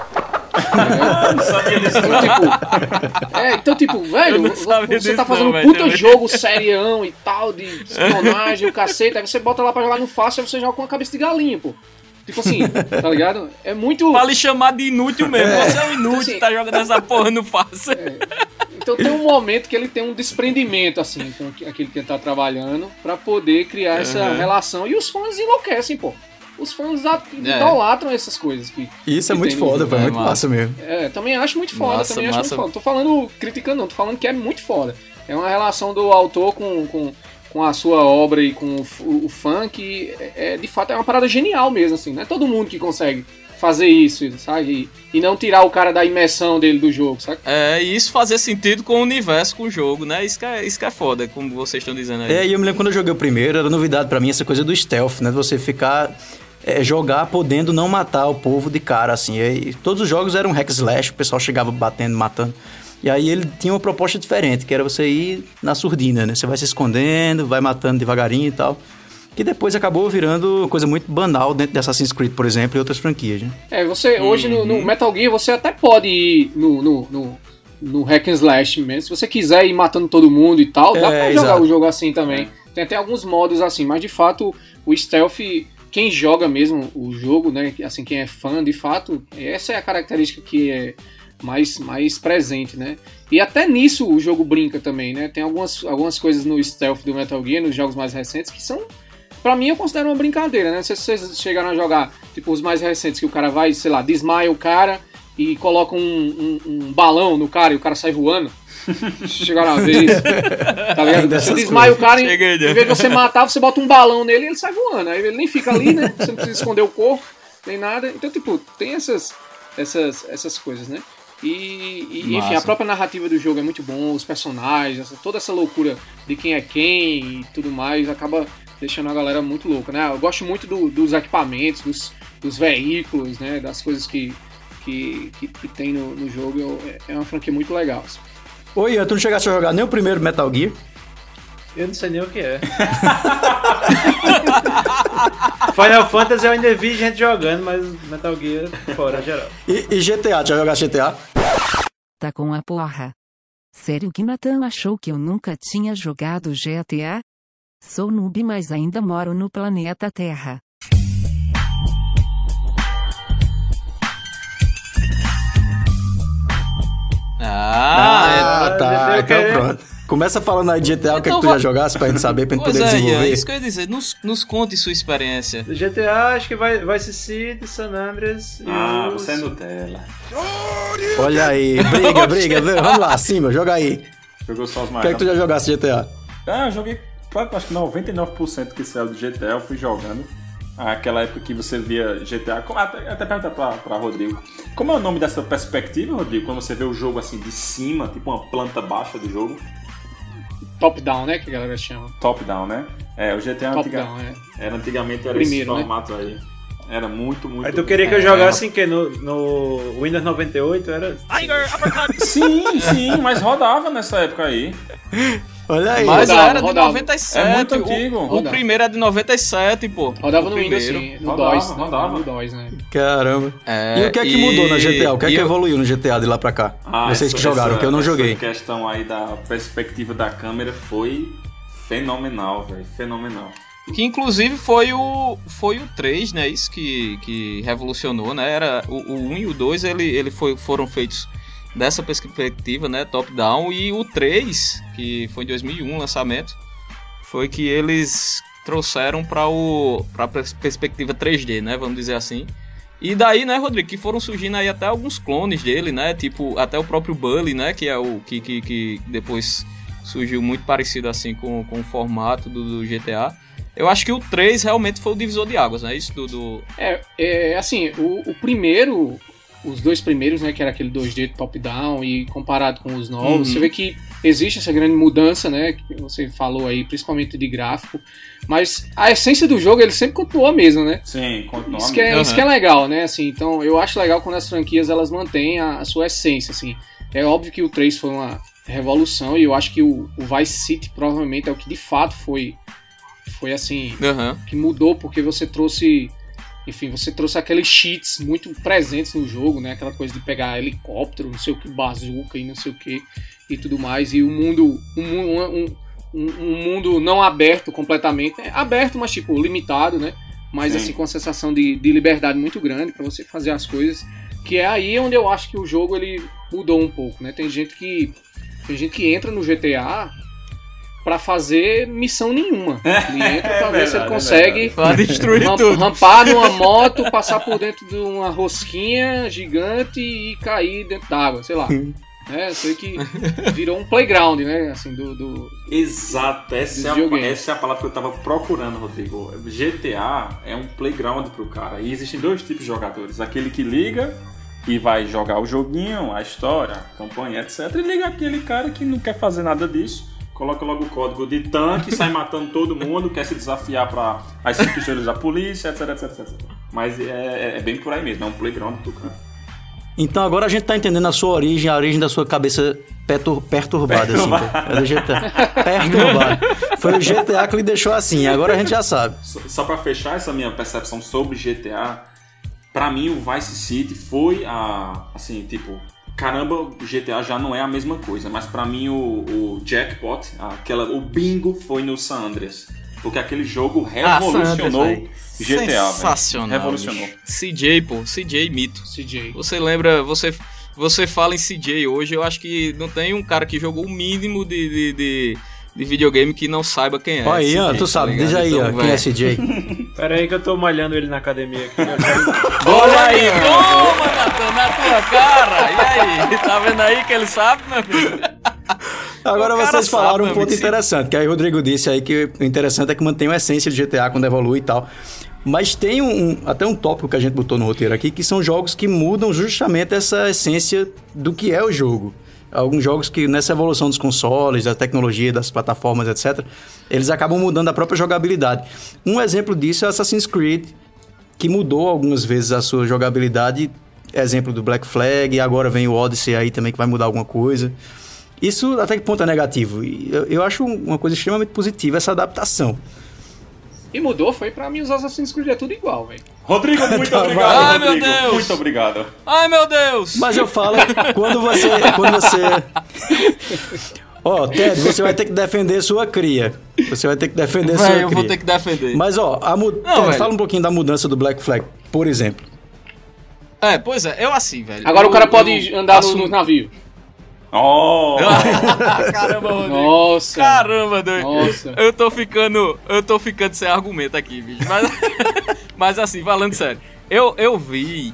Então, tipo, velho, você tá fazendo um puta jogo serião e tal, de espionagem, o cacete, aí você bota lá pra jogar no fácil, aí você joga com a cabeça de galinha, pô. Tipo assim, tá ligado? É muito... Pra lhe chamar de inútil mesmo, você é um inútil, assim, tá jogando essa porra no fácil. Então tem um momento que ele tem um desprendimento, assim, com aquilo que ele tá trabalhando, pra poder criar essa relação, e os fãs enlouquecem, pô. Os fãs idolatram essas coisas. Isso é muito foda, foi muito massa mesmo. Também acho muito foda, acho muito foda. Tô falando, criticando não, tô falando que é muito foda. É uma relação do autor com a sua obra e com o fã que, de fato, é uma parada genial mesmo, assim. Não é todo mundo que consegue fazer isso, sabe? E não tirar o cara da imersão dele do jogo, sabe? E isso fazer sentido com o universo, com o jogo, né? Isso que é foda, como vocês estão dizendo aí. E eu me lembro quando eu joguei o primeiro, era novidade pra mim essa coisa do stealth, né? De você ficar... jogar podendo não matar o povo de cara, assim. E todos os jogos eram hack slash, o pessoal chegava batendo, matando. E aí ele tinha uma proposta diferente, que era você ir na surdina, né? Você vai se escondendo, vai matando devagarinho e tal. Que depois acabou virando coisa muito banal dentro de Assassin's Creed, por exemplo, e outras franquias, né? Você hoje no Metal Gear você até pode ir no hack and slash mesmo. Se você quiser ir matando todo mundo e tal, dá pra jogar o jogo assim também. Tem até alguns modos assim, mas de fato o stealth... Quem joga mesmo o jogo, né, assim, quem é fã, de fato, essa é a característica que é mais presente, né? E até nisso o jogo brinca também, né? Tem algumas coisas no stealth do Metal Gear, nos jogos mais recentes, que são, pra mim, eu considero uma brincadeira, né? Se vocês chegaram a jogar, tipo, os mais recentes, que o cara vai, sei lá, desmaia o cara e coloca um balão no cara e o cara sai voando. Chegaram a ver isso, tá ligado? Você desmaia o cara, em vez de você matar, você bota um balão nele e ele sai voando. Aí ele nem fica ali, né? Você não precisa esconder o corpo, nem nada. Então, tipo, tem essas coisas, né? E enfim, a própria narrativa do jogo é muito bom, os personagens, toda essa loucura de quem é quem e tudo mais, acaba deixando a galera muito louca, né? Eu gosto muito dos equipamentos, dos veículos, né? Das coisas que que tem no jogo. É uma franquia muito legal. Assim. Ô Ian, tu não chegaste a jogar nem o primeiro Metal Gear? Eu não sei nem o que é. Final Fantasy eu ainda vi gente jogando, mas Metal Gear fora geral. E GTA, já jogaste GTA? Tá com a porra. Sério que Natan achou que eu nunca tinha jogado GTA? Sou noob, mas ainda moro no planeta Terra. Tá, então pronto. Começa falando aí de GTA, o que é que tu já jogasse pra gente saber, pra gente poder desenvolver. É isso que eu ia dizer, nos conte sua experiência. Do GTA, acho que vai Vice City, San Andreas e você é Nutella. Olha aí, briga, vamos lá, acima, joga aí. Jogou só os mais. O que é que tu já jogasse GTA? Eu joguei, acho que 99% que saiu do GTA eu fui jogando. Aquela época que você via GTA, até perguntar pra Rodrigo. Como é o nome dessa perspectiva, Rodrigo? Quando você vê o jogo assim de cima, tipo uma planta baixa do jogo. Top-down, né, que a galera chama. Top-down, né? O GTA antigamente era primeiro, esse formato, né? Aí. Era muito... Aí tu queria que eu jogasse em que? No Windows 98? Era... Sim, mas rodava nessa época aí. Olha aí. Mas rodava. De 97. É muito antigo. O primeiro é de 97, pô. Rodava no Windows, sim. No DOS, rodava. No DOS, né? Caramba. E o que é que mudou na GTA? O que é que evoluiu no GTA de lá pra cá? Vocês que jogaram, que eu não joguei. Essa questão aí da perspectiva da câmera foi fenomenal, velho. Fenomenal. Que inclusive foi o 3, né? Isso que revolucionou, né? Era o 1 e o 2, foram feitos dessa perspectiva, né? Top-down. E o 3, que foi em 2001 o lançamento, foi que eles trouxeram pra perspectiva 3D, né? Vamos dizer assim. E daí, né, Rodrigo, que foram surgindo aí até alguns clones dele, né? Tipo, até o próprio Bully, né? Que é o que depois surgiu muito parecido assim com o formato do GTA. Eu acho que o 3 realmente foi o divisor de águas, né? Isso assim, o primeiro, os dois primeiros, né, que era aquele 2D top-down e comparado com os novos, você vê que existe essa grande mudança, né, que você falou aí, principalmente de gráfico, mas a essência do jogo, ele sempre continuou a mesma, né? Sim, continuou isso que é legal, né, assim, então eu acho legal quando as franquias, elas mantêm a sua essência, assim. É óbvio que o 3 foi uma revolução e eu acho que o Vice City provavelmente é o que de fato foi assim, que mudou, porque você trouxe aqueles cheats muito presentes no jogo, né? Aquela coisa de pegar helicóptero, não sei o que, bazuca e não sei o que e tudo mais, e um mundo não aberto completamente, aberto, mas tipo, limitado, né? Mas assim, com a sensação de liberdade muito grande para você fazer as coisas, que é aí onde eu acho que o jogo ele mudou um pouco, né? Tem gente que entra no GTA pra fazer missão nenhuma. Ele entra pra ver se ele consegue rampar numa moto, passar por dentro de uma rosquinha gigante e cair dentro d'água, sei lá. Sei que virou um playground, né? Assim, Exato, essa é a palavra que eu tava procurando, Rodrigo. GTA é um playground pro cara. E existem dois tipos de jogadores. Aquele que liga e vai jogar o joguinho, a história, a campanha, etc. E liga aquele cara que não quer fazer nada disso. Coloca logo o código de tanque, sai matando todo mundo, quer se desafiar para as 5 estrelas da polícia, etc, etc, etc. Mas é bem por aí mesmo, é um playground do cara. Então agora a gente tá entendendo a origem da sua cabeça perturbada. Assim, é do GTA. Perturbada. Foi o GTA que lhe deixou assim, agora a gente já sabe. Só para fechar essa minha percepção sobre GTA, pra mim o Vice City foi assim, tipo... Caramba, o GTA já não é a mesma coisa, mas pra mim o jackpot, o bingo foi no San Andreas. Porque aquele jogo revolucionou GTA, sensacional, velho. Revolucionou. CJ mito. CJ. Você lembra, você fala em CJ hoje, eu acho que não tem um cara que jogou o mínimo de videogame que não saiba quem é. Olha aí, CJ, tu sabe, diz aí, então, quem é CJ. Pera aí que eu tô malhando ele na academia aqui. Olha aí, toma, Natan, na tua cara. E aí, tá vendo aí que ele sabe, meu filho? Agora vocês falaram um ponto interessante, que aí o Rodrigo disse aí que o interessante é que mantém a essência de GTA quando evolui e tal. Mas tem até um tópico que a gente botou no roteiro aqui, que são jogos que mudam justamente essa essência do que é o jogo. Alguns jogos que nessa evolução dos consoles, da tecnologia, das plataformas, etc., eles acabam mudando a própria jogabilidade. Um exemplo disso é Assassin's Creed, que mudou algumas vezes a sua jogabilidade exemplo do Black Flag, e agora vem o Odyssey aí também que vai mudar alguma coisa. Isso até que ponto é negativo? E eu acho uma coisa extremamente positiva essa adaptação. E mudou, foi pra mim os Assassin's Creed é tudo igual, velho. Rodrigo, muito Tá, obrigado, Ai, Rodrigo. meu Deus. Muito obrigado. Ai, meu Deus! Mas eu falo, quando você... Ted, você vai ter que defender sua cria. Você vai ter que defender sua cria. Eu vou ter que defender. Mas, Ted, fala um pouquinho da mudança do Black Flag, por exemplo. Pois é, eu assim, velho. Agora o cara pode andar no navio. Oh! Caramba, Rodrigo. Nossa. Caramba, doido. Nossa. Eu tô ficando sem argumento aqui, bicho. Mas assim, falando sério. Eu vi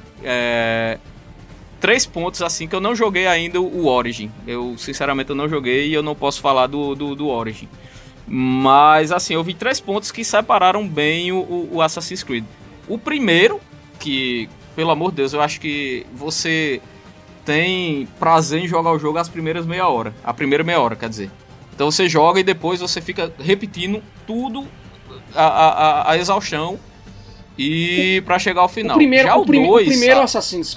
3 pontos assim que eu não joguei ainda o Origin. Eu, sinceramente, eu não joguei e eu não posso falar do Origin. Mas assim, eu vi 3 pontos que separaram bem o Assassin's Creed. O primeiro, que, pelo amor de Deus, eu acho que você tem prazer em jogar o jogo as primeiras meia hora. A primeira meia hora, quer dizer. Então você joga e depois você fica repetindo tudo a exaustão e pra chegar ao final. O primeiro Assassin's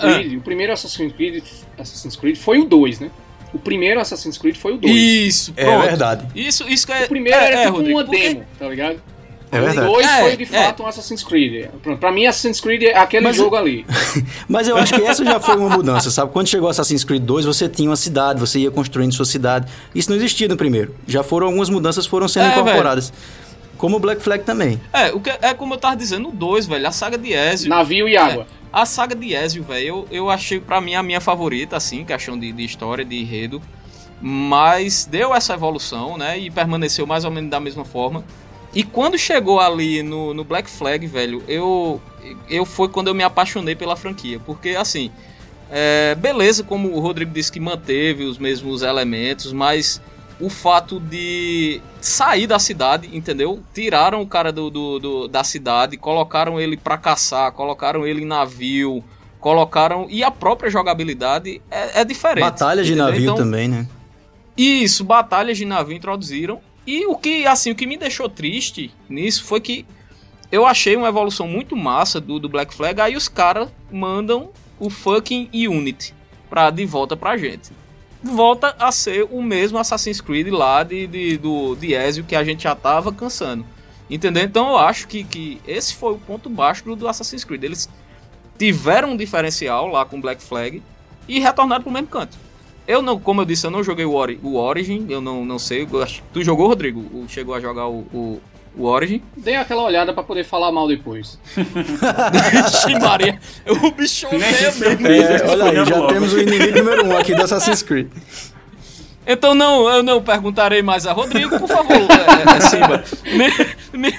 Assassin's Creed foi o 2, né? O primeiro Assassin's Creed foi o 2. Isso, pronto. É verdade. Isso que é. O primeiro era tipo Rodrigo, uma demo, tá ligado? É verdade. O 2 foi de fato um Assassin's Creed. Pra mim, Assassin's Creed é aquele jogo ali. Mas eu acho que essa já foi uma mudança, sabe? Quando chegou Assassin's Creed 2, você tinha uma cidade, você ia construindo sua cidade. Isso não existia no primeiro. Já foram algumas mudanças foram sendo incorporadas. Velho. Como o Black Flag também. Como eu tava dizendo, o 2, velho, a saga de Ezio. Navio e água. A saga de Ezio, velho, eu achei pra mim a minha favorita, assim, questão de história, de enredo. Mas deu essa evolução, né? E permaneceu mais ou menos da mesma forma. E quando chegou ali no Black Flag, velho, foi quando eu me apaixonei pela franquia. Porque, assim, beleza, como o Rodrigo disse que manteve os mesmos elementos, mas o fato de sair da cidade, entendeu? Tiraram o cara da cidade, colocaram ele pra caçar, colocaram ele em navio, e a própria jogabilidade é diferente. Batalhas de navio então, também, né? Isso, batalhas de navio introduziram. E o que me deixou triste nisso foi que eu achei uma evolução muito massa do Black Flag, aí os caras mandam o fucking Unity de volta pra gente. Volta a ser o mesmo Assassin's Creed lá de Ezio que a gente já tava cansando. Entendeu? Então eu acho que esse foi o ponto baixo do Assassin's Creed. Eles tiveram um diferencial lá com Black Flag e retornaram pro mesmo canto. Como eu disse, eu não joguei o Origin, eu não sei. Tu jogou, Rodrigo? Chegou a jogar o Origin? Dei aquela olhada pra poder falar mal depois. Vixe Maria, o bicho odeia mesmo. Olha aí, já temos o inimigo número 1 aqui do Assassin's Creed. Então eu não perguntarei mais a Rodrigo, por favor, Simba. Me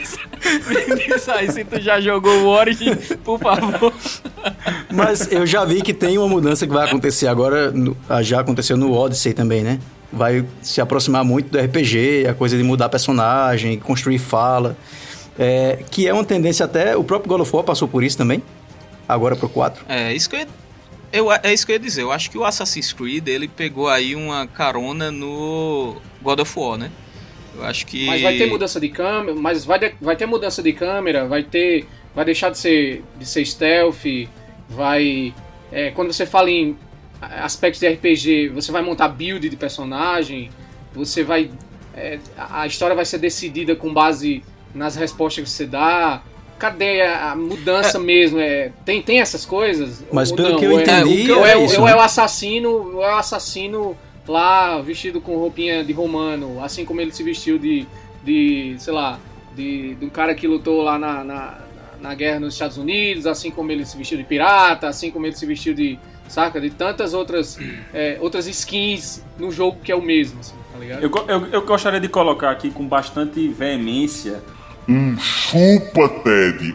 diz aí se tu já jogou o Origin, por favor. Mas eu já vi que tem uma mudança que vai acontecer agora, já aconteceu no Odyssey também, né? Vai se aproximar muito do RPG, a coisa de mudar personagem, construir fala, que é uma tendência até, o próprio God of War passou por isso também, agora pro 4. É isso que eu ia dizer. Eu acho que o Assassin's Creed, ele pegou aí uma carona no God of War, né? Eu acho que... Mas vai ter mudança de câmera, vai ter mudança de câmera, vai deixar de ser stealth, quando você fala em aspectos de RPG, você vai montar build de personagem, a história vai ser decidida com base nas respostas que você dá. Cadê a mudança mesmo? Tem essas coisas? Mas pelo não? Que eu entendi, ou é o assassino lá vestido com roupinha de romano, assim como ele se vestiu de um cara que lutou lá na guerra nos Estados Unidos, assim como ele se vestiu de pirata, assim como ele se vestiu de tantas outras skins no jogo que é o mesmo, assim, tá ligado? Eu gostaria de colocar aqui com bastante veemência. Um chupa, Ted!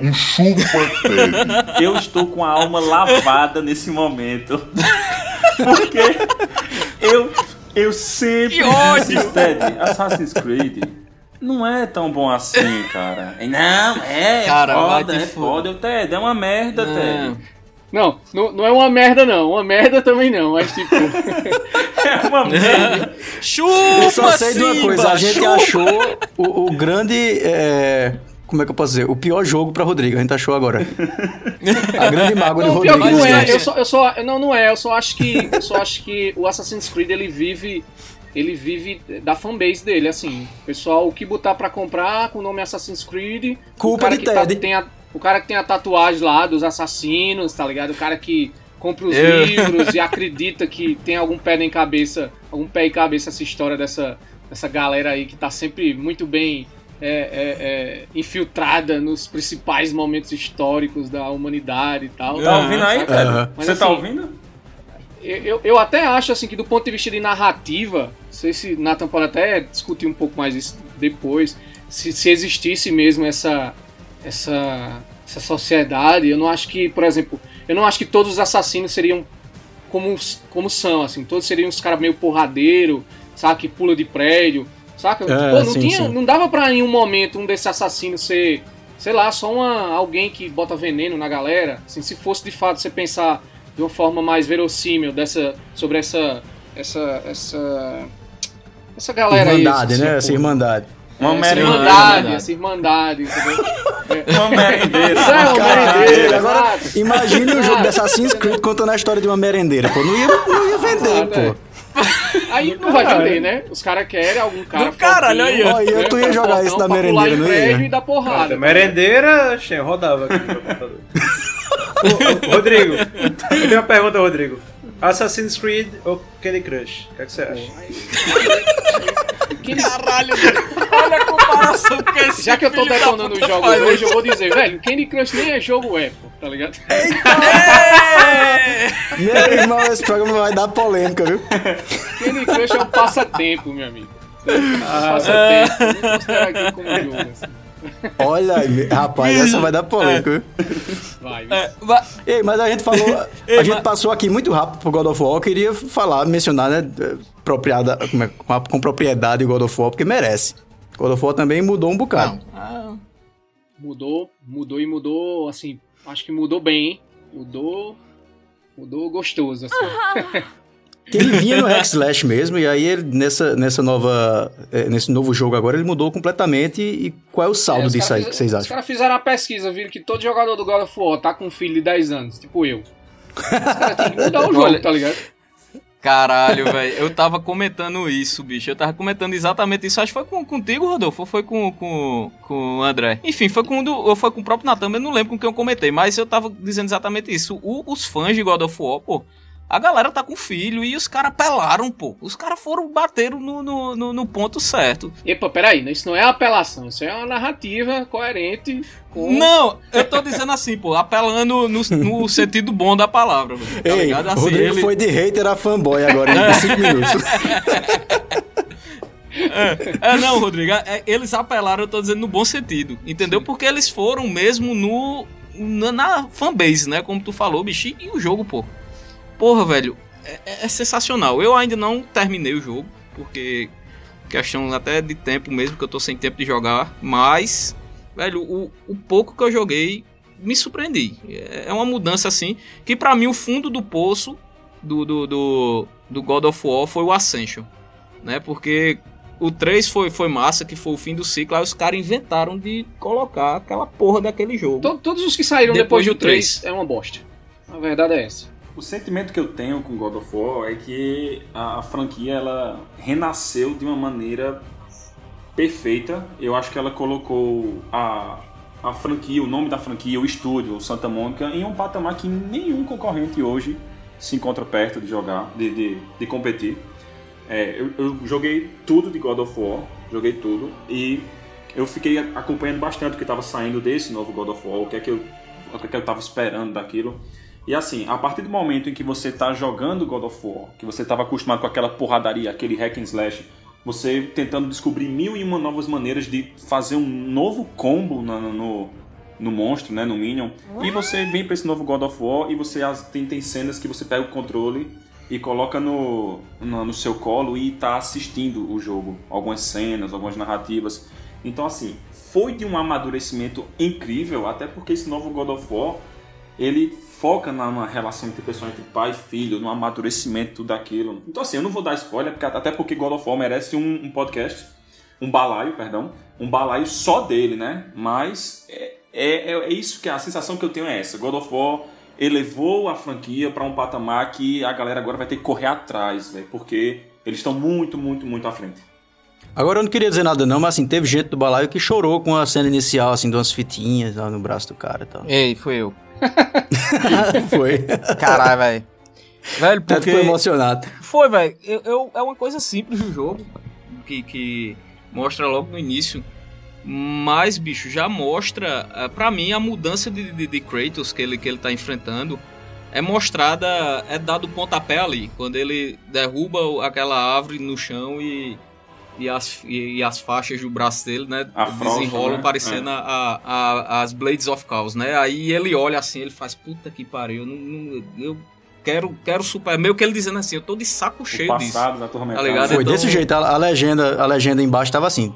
Eu estou com a alma lavada nesse momento. Porque eu sempre disse, Ted, Assassin's Creed não é tão bom assim, cara. Não, é foda. Ted, é uma merda, Ted. Não é uma merda não, uma merda também não, mas tipo... é uma merda. Eu só sei de uma coisa, a gente achou o grande como é que eu posso dizer? O pior jogo pra Rodrigo, a gente achou agora. A grande mágoa de Pior Rodrigo. que não é, não é, eu só acho que o Assassin's Creed ele vive da fanbase dele, assim. O pessoal, o que botar pra comprar com o nome Assassin's Creed, Culpa de Ted. o cara que tem a tatuagem lá dos assassinos, tá ligado? O cara que compra os livros e acredita que tem algum pé em cabeça essa história dessa galera aí que tá sempre muito bem infiltrada nos principais momentos históricos da humanidade e tal. Tá ouvindo aí, cara? Você tá assim, ouvindo? Eu até acho assim que do ponto de vista de narrativa, não sei se Nathan pode até discutir um pouco mais isso depois, se existisse mesmo essa sociedade, eu não acho que, por exemplo, todos os assassinos seriam como são, assim, todos seriam uns caras meio porradeiro, sabe, que pula de prédio, saca? Não dava pra em um momento um desses assassinos ser, sei lá, só alguém que bota veneno na galera, assim, se fosse de fato você pensar de uma forma mais verossímil sobre essa galera Irmandade, aí. Né? Essa irmandade. Essa irmandade, entendeu? Uma merendeira. Uma merendeira, agora, exato. imagine um jogo de Assassin's Creed contando a história de uma merendeira, pô. Não ia vender, pô. Aí não vai vender, né? Os caras querem algum cara. Caralho, aí. Olha, tu ia jogar isso da merendeira, não ia? E dar porrada. Merendeira, rodava aqui no computador. Rodrigo, eu tenho uma pergunta, Rodrigo. Assassin's Creed ou Candy Crush? O que é que você acha? Caralho, olha a comparação que esse já que eu tô detonando os jogos hoje, eu vou dizer, velho, Candy Crush nem é jogo Apple, tá ligado? Meu irmão, esse programa vai dar polêmica, viu? Candy Crush é um passatempo, meu amigo. Passatempo, não considero aqui como jogo, assim. Olha aí, rapaz, essa vai dar polêmica, viu? Vai. Ei, mas a gente falou, gente passou aqui muito rápido pro God of War, eu queria mencionar, né, com propriedade o God of War, porque merece. God of War também mudou um bocado. Mudou, assim, acho que mudou bem, hein? Mudou gostoso, assim. Que ele vinha no hack slash mesmo, e aí ele, nesse novo jogo agora, ele mudou completamente. E qual é o saldo disso aí que vocês acham? Os caras fizeram uma pesquisa, viram que todo jogador do God of War tá com um filho de 10 anos, tipo eu. Os caras têm que mudar o jogo, tá ligado? Caralho, velho, eu tava comentando isso, bicho. Eu tava comentando exatamente isso. Acho que foi contigo, Rodolfo, ou foi com o André? Enfim, foi com o próprio Natan, eu não lembro com quem eu comentei, mas eu tava dizendo exatamente isso. Os fãs de God of War, pô, a galera tá com filho e os caras apelaram, pô. Os caras bateram no ponto certo. Epa, peraí, isso não é apelação, isso é uma narrativa coerente com... Não, eu tô dizendo assim, pô, apelando no sentido bom da palavra, mano. Tá ligado? Assim, Rodrigo foi de hater a fanboy agora, em 5 minutos. Não, Rodrigo, eles apelaram, eu tô dizendo no bom sentido, entendeu? Sim. Porque eles foram mesmo na fanbase, né, como tu falou, bicho, e o jogo, pô. Porra, velho, é sensacional. Eu ainda não terminei o jogo, porque questão até de tempo mesmo, que eu tô sem tempo de jogar, mas, velho, o pouco que eu joguei, me surpreendi. É uma mudança, assim, que pra mim o fundo do poço do God of War foi o Ascension, né, porque o 3 foi massa, que foi o fim do ciclo, aí os caras inventaram de colocar aquela porra daquele jogo. Todos os que saíram depois do 3 é uma bosta. A verdade é essa. O sentimento que eu tenho com God of War é que a franquia ela renasceu de uma maneira perfeita. Eu acho que ela colocou a franquia, o nome da franquia, o estúdio, o Santa Mônica, em um patamar que nenhum concorrente hoje se encontra perto de jogar, de competir. Eu joguei tudo de God of War, e eu fiquei acompanhando bastante o que estava saindo desse novo God of War, o que é que eu estava esperando daquilo. E assim, a partir do momento em que você está jogando God of War, que você estava acostumado com aquela porradaria, aquele hack and slash, você tentando descobrir 1001 novas maneiras de fazer um novo combo no monstro, né, no Minion, e você vem para esse novo God of War e você tem cenas que você pega o controle e coloca no seu colo e está assistindo o jogo, algumas cenas, algumas narrativas. Então assim, foi de um amadurecimento incrível, até porque esse novo God of War, ele foca numa relação interpessoal entre pai e filho, no amadurecimento daquilo. Então assim, eu não vou dar spoiler, até porque God of War merece um podcast, um balaio só dele, né? Mas é isso que a sensação que eu tenho é essa. God of War elevou a franquia para um patamar que a galera agora vai ter que correr atrás, velho, porque eles estão muito, muito, muito à frente. Agora eu não queria dizer nada não, mas assim, teve gente do balaio que chorou com a cena inicial, assim, de umas fitinhas lá no braço do cara e tal. Ei, fui eu. Foi. Caralho, velho. Velho, porque... Ficou emocionado. Foi, velho. É uma coisa simples do jogo, que mostra logo no início. Mas, bicho, já mostra, pra mim, a mudança de Kratos que ele tá enfrentando. É mostrada, é dado o pontapé ali, quando ele derruba aquela árvore no chão e as faixas do braço dele, né, desenrolam, né? Parecendo as Blades of Chaos, né? Aí ele olha assim, ele faz, puta que pariu, eu quero super... Meio que ele dizendo assim, eu tô de saco cheio disso. Tá ligado? Foi então... desse jeito, a legenda embaixo tava assim.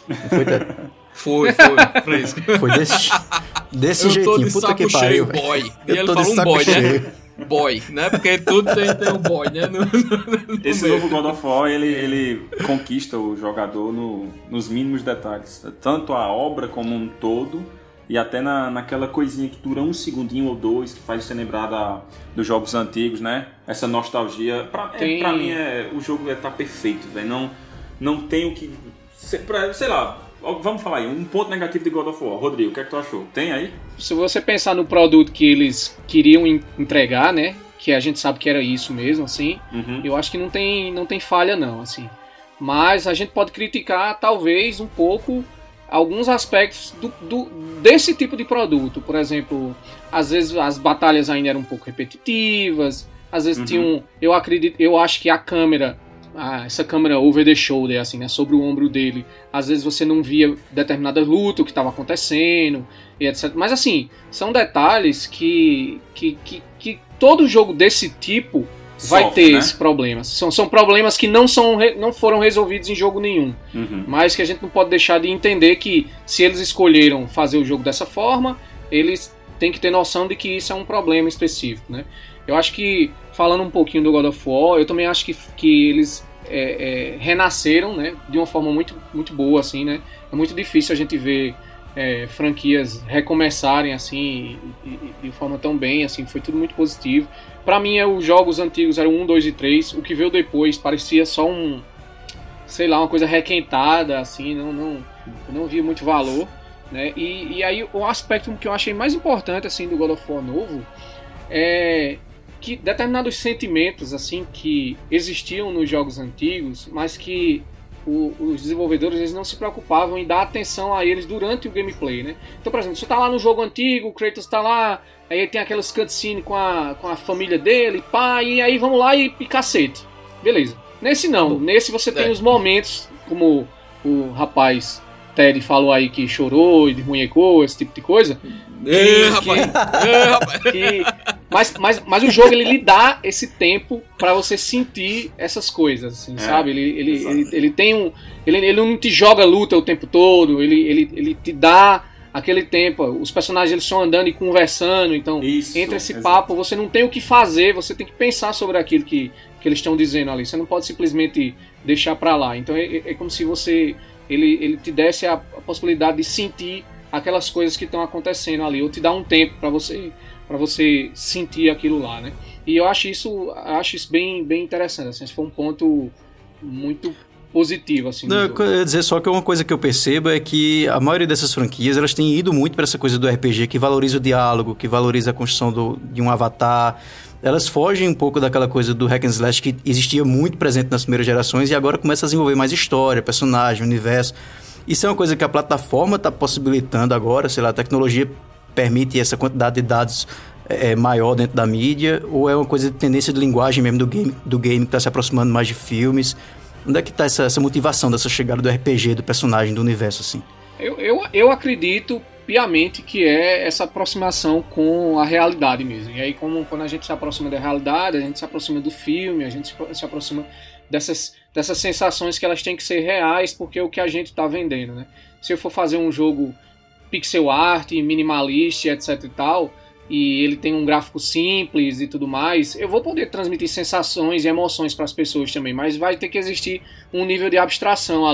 Foi fresco. Foi desse jeitinho, puta que pariu. Boy. E ele falou um boy, né? Boy, né? Porque tudo tem um boy, né? Esse novo God of War, ele conquista o jogador nos mínimos detalhes. Tanto a obra como um todo, e até naquela coisinha que dura um segundinho ou dois, que faz você lembrar dos jogos antigos, né? Essa nostalgia. Pra mim, o jogo tá perfeito, velho. Não tem o que... Sei lá... Vamos falar aí, um ponto negativo de God of War. Rodrigo, o que é que tu achou? Tem aí? Se você pensar no produto que eles queriam entregar, né? Que a gente sabe que era isso mesmo, assim. Eu acho que não tem falha, não, assim. Mas a gente pode criticar, talvez, um pouco alguns aspectos desse tipo de produto. Por exemplo, às vezes as batalhas ainda eram um pouco repetitivas. Às vezes tinham... Eu acho que a câmera... essa câmera over the shoulder, assim, né, sobre o ombro dele, às vezes você não via determinada luta, o que estava acontecendo, e etc. Mas assim, são detalhes que todo jogo desse tipo vai ter, né? Esses problemas. São problemas que não foram resolvidos em jogo nenhum. Mas que a gente não pode deixar de entender que se eles escolheram fazer o jogo dessa forma, eles têm que ter noção de que isso é um problema específico, né? Eu acho que, falando um pouquinho do God of War, eu também acho que eles renasceram, né, de uma forma muito, muito boa, assim, né? É muito difícil a gente ver franquias recomeçarem, assim, de forma tão bem, assim, foi tudo muito positivo. Pra mim, os jogos antigos eram 1, 2 e 3, o que veio depois parecia só uma coisa requentada, assim, não via muito valor, né? E aí, o aspecto que eu achei mais importante, assim, do God of War novo é que determinados sentimentos assim que existiam nos jogos antigos, mas que os desenvolvedores eles não se preocupavam em dar atenção a eles durante o gameplay, né? Então, por exemplo, você tá lá no jogo antigo, o Kratos tá lá, aí tem aquelas cutscenes com a família dele, pá, e aí vamos lá e cacete. Beleza. Nesse não, nesse você tem os momentos, como o rapaz Ted falou aí que chorou e desmunhecou, esse tipo de coisa. Mas o jogo ele lhe dá esse tempo pra você sentir essas coisas, assim, sabe? Ele tem ele não te joga luta o tempo todo, ele te dá aquele tempo. Os personagens eles estão andando e conversando, então entre esse papo você não tem o que fazer, você tem que pensar sobre aquilo que eles estão dizendo ali. Você não pode simplesmente deixar pra lá. Então é como se ele te desse a possibilidade de sentir aquelas coisas que estão acontecendo ali, ou te dá um tempo para você sentir aquilo lá, né? E eu acho isso bem interessante, assim, esse foi um ponto muito positivo, assim. Não, eu ia dizer só que uma coisa que eu percebo é que a maioria dessas franquias, elas têm ido muito para essa coisa do RPG, que valoriza o diálogo, que valoriza a construção de um avatar. Elas fogem um pouco daquela coisa do hack and slash que existia muito presente nas primeiras gerações e agora começa a desenvolver mais história, personagem, universo. Isso é uma coisa que a plataforma está possibilitando agora, sei lá, a tecnologia permite essa quantidade de dados maior dentro da mídia, ou é uma coisa de tendência de linguagem mesmo do game que está se aproximando mais de filmes? Onde é que está essa motivação dessa chegada do RPG, do personagem, do universo, assim? Eu acredito piamente que é essa aproximação com a realidade mesmo. E aí, quando a gente se aproxima da realidade, a gente se aproxima do filme, a gente se aproxima dessas sensações que elas têm que ser reais, porque é o que a gente está vendendo, né? Se eu for fazer um jogo pixel art, minimalista, etc e tal, e ele tem um gráfico simples e tudo mais, eu vou poder transmitir sensações e emoções para as pessoas também, mas vai ter que existir um nível de abstração ali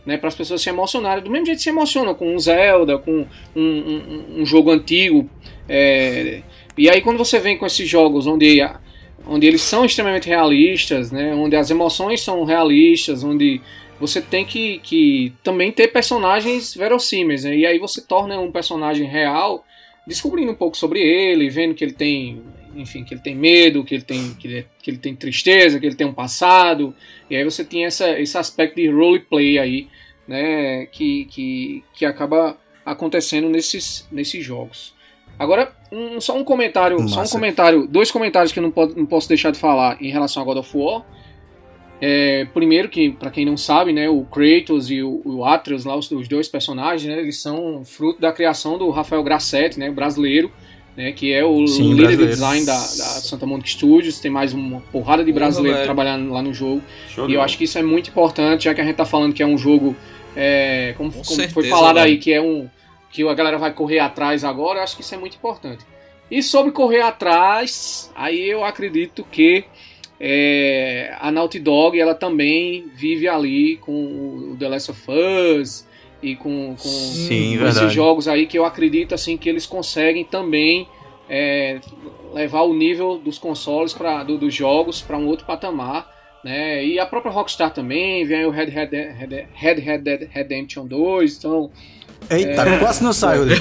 né, para as pessoas se emocionarem, do mesmo jeito que se emocionam com um Zelda, com um jogo antigo. E aí quando você vem com esses jogos onde eles são extremamente realistas, né, onde as emoções são realistas, onde você tem que também ter personagens verossímeis, né, e aí você torna um personagem real, descobrindo um pouco sobre ele, vendo que ele tem, enfim, que ele tem medo, que ele tem tristeza, que ele tem um passado, e aí você tem esse aspecto de roleplay aí, né, que acaba acontecendo nesses jogos. Agora, só um comentário, dois comentários que eu não posso deixar de falar em relação a God of War. Primeiro, que para quem não sabe, né, o Kratos e o Atreus, lá, os dois personagens, né, eles são fruto da criação do Rafael Grassetti, né, brasileiro, né, que é o líder de design da Santa Mônica Studios. Tem mais uma porrada de brasileiros trabalhando lá no jogo. E eu acho que isso é muito importante, já que a gente tá falando que é um jogo, como foi falado aí, que a galera vai correr atrás agora. Eu acho que isso é muito importante. E sobre correr atrás, aí eu acredito que a Naughty Dog, ela também vive ali com o The Last of Us e com esses jogos aí, que eu acredito assim que eles conseguem também levar o nível dos consoles, dos jogos, para um outro patamar, né? E a própria Rockstar também, vem aí o Red Dead Redemption 2, então... Eita, quase não sai, Rodrigo.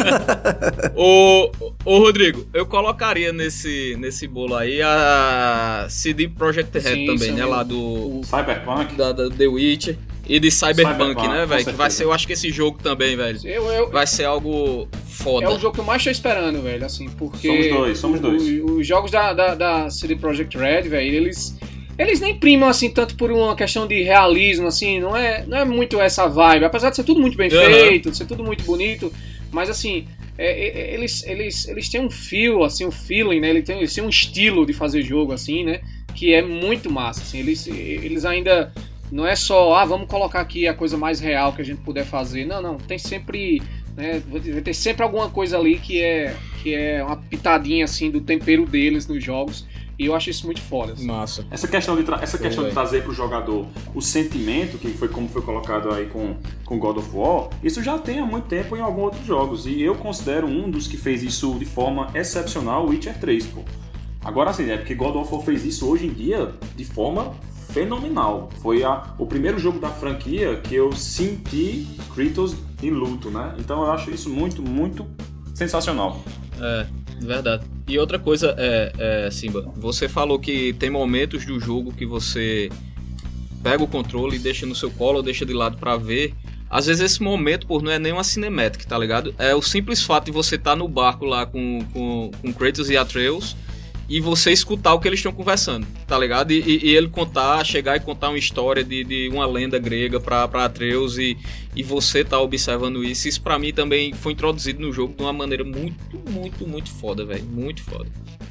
Ô Rodrigo, eu colocaria nesse bolo aí a CD Projekt Red também, né? Lá do Cyberpunk, da The Witcher e de Cyberpunk, né, velho? Que vai ser, eu acho que esse jogo também, velho, vai ser algo foda. É o jogo que eu mais tô esperando, velho, assim, porque somos dois. Os jogos da CD Projekt Red, velho, eles nem primam assim tanto por uma questão de realismo, assim, não é muito essa vibe, apesar de ser tudo muito bem feito, de ser tudo muito bonito, mas assim, eles têm um feel, assim, um feeling, né, eles têm um estilo de fazer jogo, assim, né, que é muito massa, assim, eles ainda, não é só, vamos colocar aqui a coisa mais real que a gente puder fazer, não, tem sempre, né, vai ter sempre alguma coisa ali que é uma pitadinha, assim, do tempero deles nos jogos. E eu acho isso muito foda. Assim. Massa. Essa questão de trazer pro jogador o sentimento, que foi como foi colocado aí com God of War, isso já tem há muito tempo em alguns outros jogos. E eu considero um dos que fez isso de forma excepcional, o Witcher 3, pô. Agora assim, porque God of War fez isso hoje em dia de forma fenomenal. Foi o primeiro jogo da franquia que eu senti Kratos em luto, né? Então eu acho isso muito, muito sensacional. Verdade. E outra coisa, Simba, você falou que tem momentos do jogo que você pega o controle e deixa no seu colo ou deixa de lado pra ver. Às vezes esse momento, não é nem uma cinemática, tá ligado? É o simples fato de você estar no barco lá com Kratos e Atreus e você escutar o que eles estão conversando, tá ligado? E ele chegar e contar uma história de uma lenda grega pra Atreus e você tá observando isso. Isso pra mim também foi introduzido no jogo de uma maneira muito, muito, muito foda, velho. Muito foda.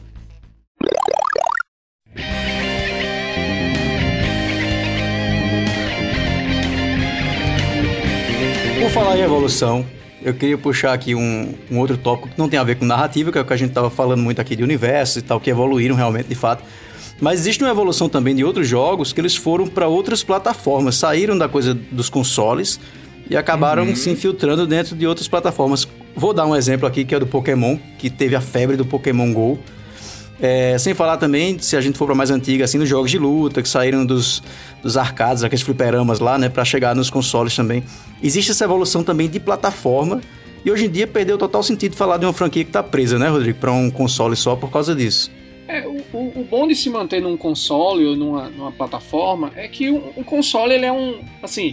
Por falar em evolução, eu queria puxar aqui um outro tópico que não tem a ver com narrativa, que é o que a gente estava falando muito aqui de universos e tal, que evoluíram realmente, de fato. Mas existe uma evolução também de outros jogos que eles foram para outras plataformas, saíram da coisa dos consoles e acabaram se infiltrando dentro de outras plataformas. Vou dar um exemplo aqui, que é do Pokémon, que teve a febre do Pokémon GO. Sem falar também, se a gente for para mais antiga, assim, nos jogos de luta, que saíram dos arcades, aqueles fliperamas lá, né, para chegar nos consoles também. Existe essa evolução também de plataforma, e hoje em dia perdeu total sentido falar de uma franquia que tá presa, né, Rodrigo, para um console só por causa disso. O bom de se manter num console ou numa plataforma é que o console, ele é assim,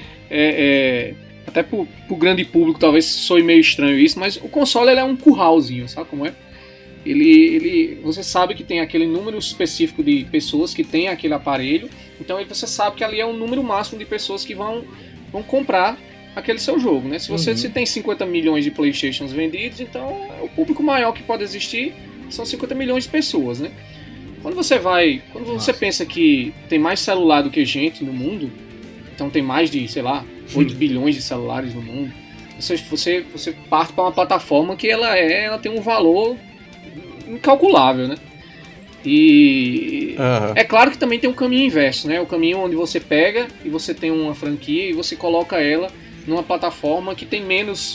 até pro grande público talvez soe meio estranho isso, mas o console, ele é um curralzinho, sabe como é? Você sabe que tem aquele número específico de pessoas que tem aquele aparelho, então você sabe que ali é um número máximo de pessoas que vão comprar aquele seu jogo, né? Se tem 50 milhões de Playstations vendidos, então o público maior que pode existir são 50 milhões de pessoas, né? Quando você pensa que tem mais celular do que gente no mundo, então tem mais de, 8 bilhões de celulares no mundo, você parte para uma plataforma que ela tem um valor incalculável, né? E é claro que também tem um caminho inverso, né? O caminho onde você pega e você tem uma franquia e você coloca ela numa plataforma que tem menos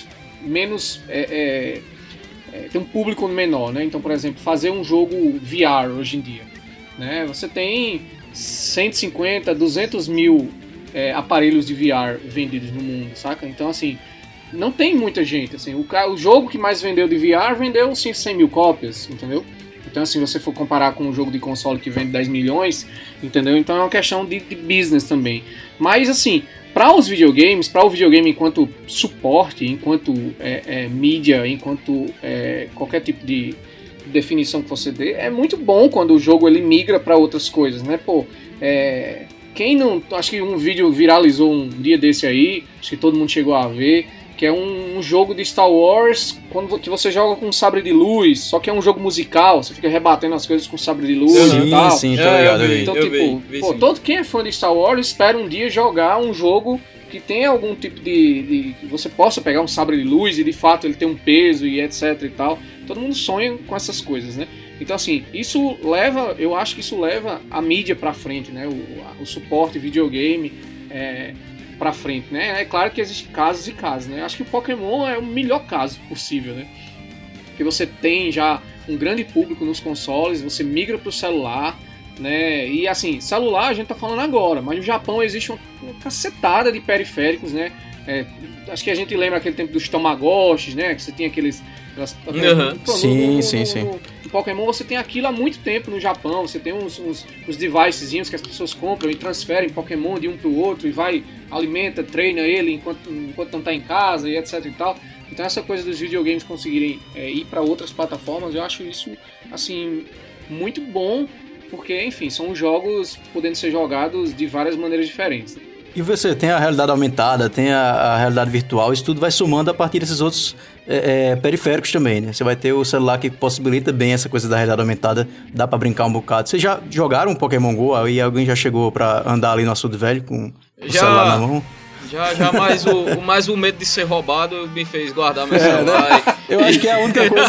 tem um público menor, né? Então, por exemplo, fazer um jogo VR hoje em dia, né? Você tem 150, 200 mil aparelhos de VR vendidos no mundo, saca? Então, assim, não tem muita gente, assim, o jogo que mais vendeu de VR vendeu 100 mil cópias, entendeu? Então, assim, se você for comparar com um jogo de console que vende 10 milhões, entendeu? Então é uma questão de business também. Mas, assim, para os videogames, para o videogame enquanto suporte, enquanto mídia, enquanto qualquer tipo de definição que você dê, é muito bom quando o jogo ele migra para outras coisas, né? Pô, quem não... Acho que um vídeo viralizou um dia desse aí, acho que todo mundo chegou a ver, que é um jogo de Star Wars que você joga com sabre de luz, só que é um jogo musical, você fica rebatendo as coisas com sabre de luz e tal. Sim, tá ligado. Então, todo quem é fã de Star Wars espera um dia jogar um jogo que tenha algum tipo de que você possa pegar um sabre de luz e de fato ele tem um peso e etc e tal. Todo mundo sonha com essas coisas, né? Então, assim, eu acho que isso leva a mídia pra frente, né? O suporte videogame pra frente, né? É claro que existem casos e casos, né? Acho que o Pokémon é o melhor caso possível, né? Porque você tem já um grande público nos consoles, você migra pro celular, né? E assim, celular a gente tá falando agora, mas no Japão existe uma cacetada de periféricos, né? Acho que a gente lembra aquele tempo dos Tamagotchis, né? Que você tinha aqueles... Sim. No Pokémon você tem aquilo há muito tempo no Japão, você tem uns devicezinhos que as pessoas compram e transferem Pokémon de um pro outro e alimenta, treina ele enquanto não tá em casa e etc e tal. Então essa coisa dos videogames conseguirem ir para outras plataformas, eu acho isso, assim, muito bom, porque, enfim, são jogos podendo ser jogados de várias maneiras diferentes. E você tem a realidade aumentada, tem a realidade virtual, isso tudo vai somando a partir desses outros periféricos também, né? Você vai ter o celular que possibilita bem essa coisa da realidade aumentada, dá pra brincar um bocado. Vocês já jogaram um Pokémon GO? Aí alguém já chegou pra andar ali no Açude Velho com o celular na mão? Já mais o medo de ser roubado me fez guardar meu celular. Né? Eu acho que a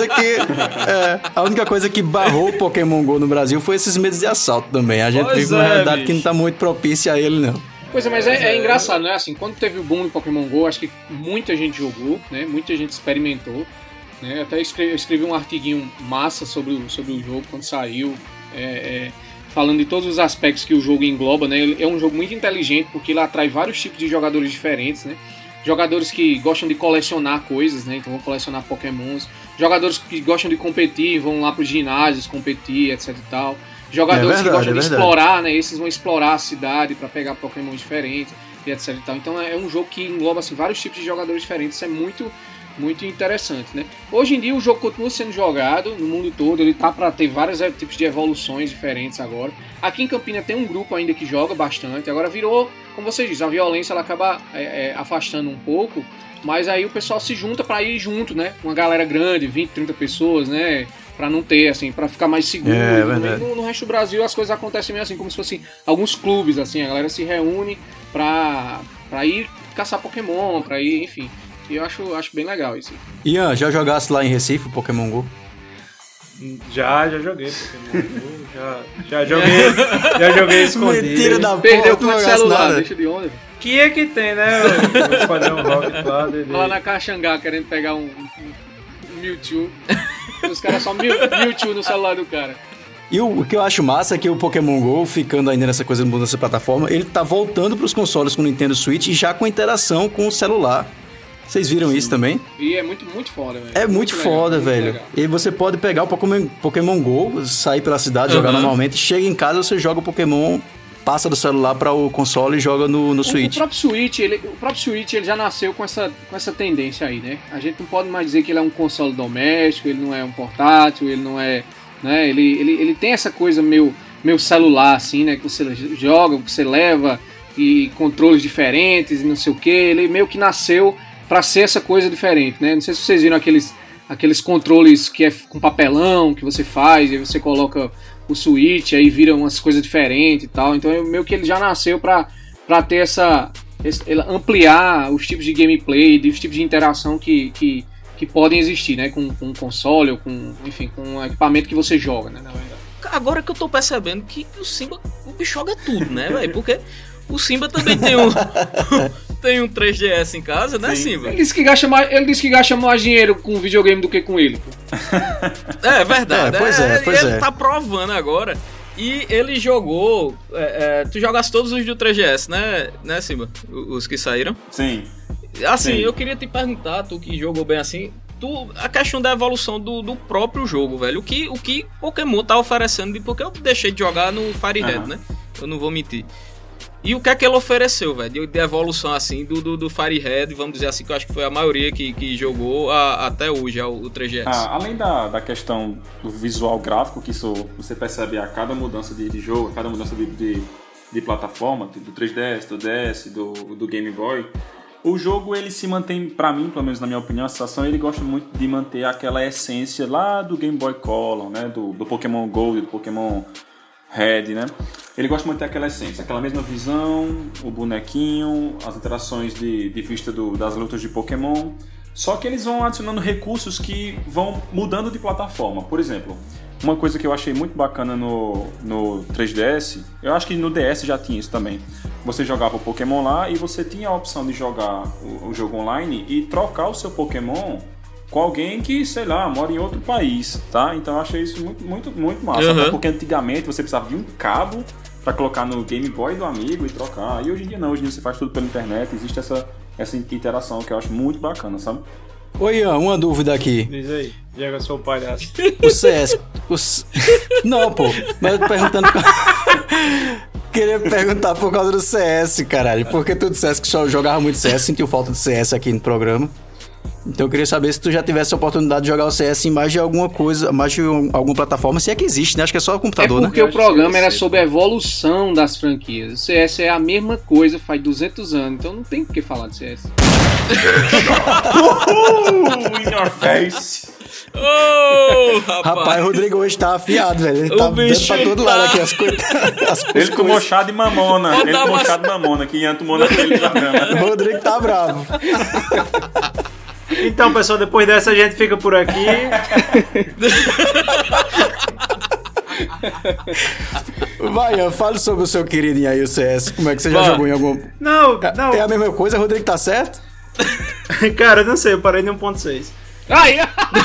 única coisa que barrou o Pokémon GO no Brasil foi esses medos de assalto também. A gente vive uma realidade que não tá muito propícia a ele, não. Pois é, mas é engraçado, né? Assim, quando teve o boom do Pokémon GO, acho que muita gente jogou, né? Muita gente experimentou, né? Até escrevi um artiguinho massa sobre o jogo quando saiu, falando de todos os aspectos que o jogo engloba, né? Ele é um jogo muito inteligente porque ele atrai vários tipos de jogadores diferentes, né? Jogadores que gostam de colecionar coisas, né? Então vão colecionar Pokémons. Jogadores que gostam de competir, vão lá pros ginásios competir, etc e tal. Jogadores que gostam de explorar, né? Esses vão explorar a cidade para pegar Pokémon diferentes e etc e tal. Então é um jogo que engloba assim, vários tipos de jogadores diferentes. Isso é muito, muito interessante, né? Hoje em dia o jogo continua sendo jogado no mundo todo. Ele tá para ter vários tipos de evoluções diferentes agora. Aqui em Campina tem um grupo ainda que joga bastante. Agora virou, como você diz, a violência ela acaba afastando um pouco. Mas aí o pessoal se junta para ir junto, né? Uma galera grande, 20, 30 pessoas, né? Pra não ter, assim, pra ficar mais seguro. No resto do Brasil as coisas acontecem meio assim, como se fossem alguns clubes, assim, a galera se reúne pra ir caçar Pokémon, pra ir, enfim. E eu acho bem legal isso. Ian, já jogasse lá em Recife o Pokémon GO? Já joguei Pokémon GO, já joguei escondido. Mentira da porra, perdeu com o celular, deixa de onda. Que é que tem, né? O Esquadrão Rocket lá. Lá na Caxangá, querendo pegar um Mewtwo. Os caras só Mewtwo no celular do cara. E o que eu acho massa é que o Pokémon GO, ficando ainda nessa coisa nessa plataforma, ele tá voltando pros consoles com o Nintendo Switch e já com interação com o celular. Vocês viram isso também? E é muito, muito foda, velho. É muito foda, velho. Legal. E você pode pegar o Pokémon GO, sair pela cidade, jogar normalmente, chega em casa, você joga o Pokémon, passa do celular para o console e joga no Switch. O próprio Switch ele já nasceu com essa tendência aí, né? A gente não pode mais dizer que ele é um console doméstico, ele não é um portátil, ele não é... Né? Ele tem essa coisa meio celular, assim, né? Que você joga, que você leva, e controles diferentes e não sei o que. Ele meio que nasceu para ser essa coisa diferente, né? Não sei se vocês viram aqueles controles que é com papelão, que você faz, e aí você coloca o Switch, aí vira umas coisas diferentes e tal. Então meio que ele já nasceu para ter ampliar os tipos de gameplay, os tipos de interação que podem existir, né? Com um console ou com um equipamento que você joga, né? Na verdade. agora que eu tô percebendo que o Simba, o bicho joga tudo, né, velho? Porque o Simba também tem um 3DS em casa, né, Simba? Ele disse que gasta mais dinheiro com videogame do que com ele. É verdade. Pois ele é. tá provando agora. E ele jogou... tu jogaste todos os do 3DS, né, Simba? Os que saíram? Sim. Assim, Sim. eu queria te perguntar, tu que jogou bem assim... a questão da evolução do próprio jogo, velho. O que Pokémon tá oferecendo, porque eu deixei de jogar no Fire Red, né? Eu não vou mentir. E o que é que ele ofereceu, velho? De evolução, assim, do Fire Red, vamos dizer assim, que eu acho que foi a maioria que jogou até hoje, o 3GS. Além da questão do visual gráfico, que isso você percebe a cada mudança de jogo, a cada mudança de plataforma, do 3DS, do DS, do Game Boy, o jogo ele se mantém, pra mim, pelo menos na minha opinião, a sensação, ele gosta muito de manter aquela essência lá do Game Boy Color, né? Do Pokémon Gold, do Pokémon Red, né? Ele gosta muito daquela essência, aquela mesma visão, o bonequinho, as interações de vista das lutas de Pokémon. Só que eles vão adicionando recursos que vão mudando de plataforma. Por exemplo, uma coisa que eu achei muito bacana no 3DS, eu acho que no DS já tinha isso também. Você jogava o Pokémon lá e você tinha a opção de jogar o jogo online e trocar o seu Pokémon com alguém que, sei lá, mora em outro país, tá? Então eu achei isso muito, muito, muito massa. Até porque antigamente você precisava de um cabo pra colocar no Game Boy do amigo e trocar. E hoje em dia não, hoje em dia você faz tudo pela internet, existe essa interação que eu acho muito bacana, sabe? Oi, Ian, uma dúvida aqui. Diz aí, já que eu sou o palhaço. O CS... Não, pô, mas perguntando... Queria perguntar por causa do CS, caralho. Porque tu dissesse que só jogava muito CS, sentiu falta de CS aqui no programa. Então eu queria saber se tu já tivesse a oportunidade de jogar o CS em mais de alguma coisa, mais de alguma plataforma, se é que existe, né? Acho que é só o computador, né? Porque o programa era sobre a evolução das franquias. O CS é a mesma coisa, faz 200 anos, então não tem por que falar de CS. In your face! Rapaz, o Rodrigo hoje tá afiado, velho. Ele tá dando pra todo lado aqui as coisas. Ele tomou chá de mamona. Chá de mamona, que Ian tomou naquele programa. O Rodrigo tá bravo. Então, pessoal, depois dessa a gente fica por aqui. Vai, Ian, fale sobre o seu queridinho aí, o CS. Como é que você já jogou em algum... Não. É a mesma coisa, o Rodrigo tá certo? Cara, eu não sei, eu parei no 1.6. Aí!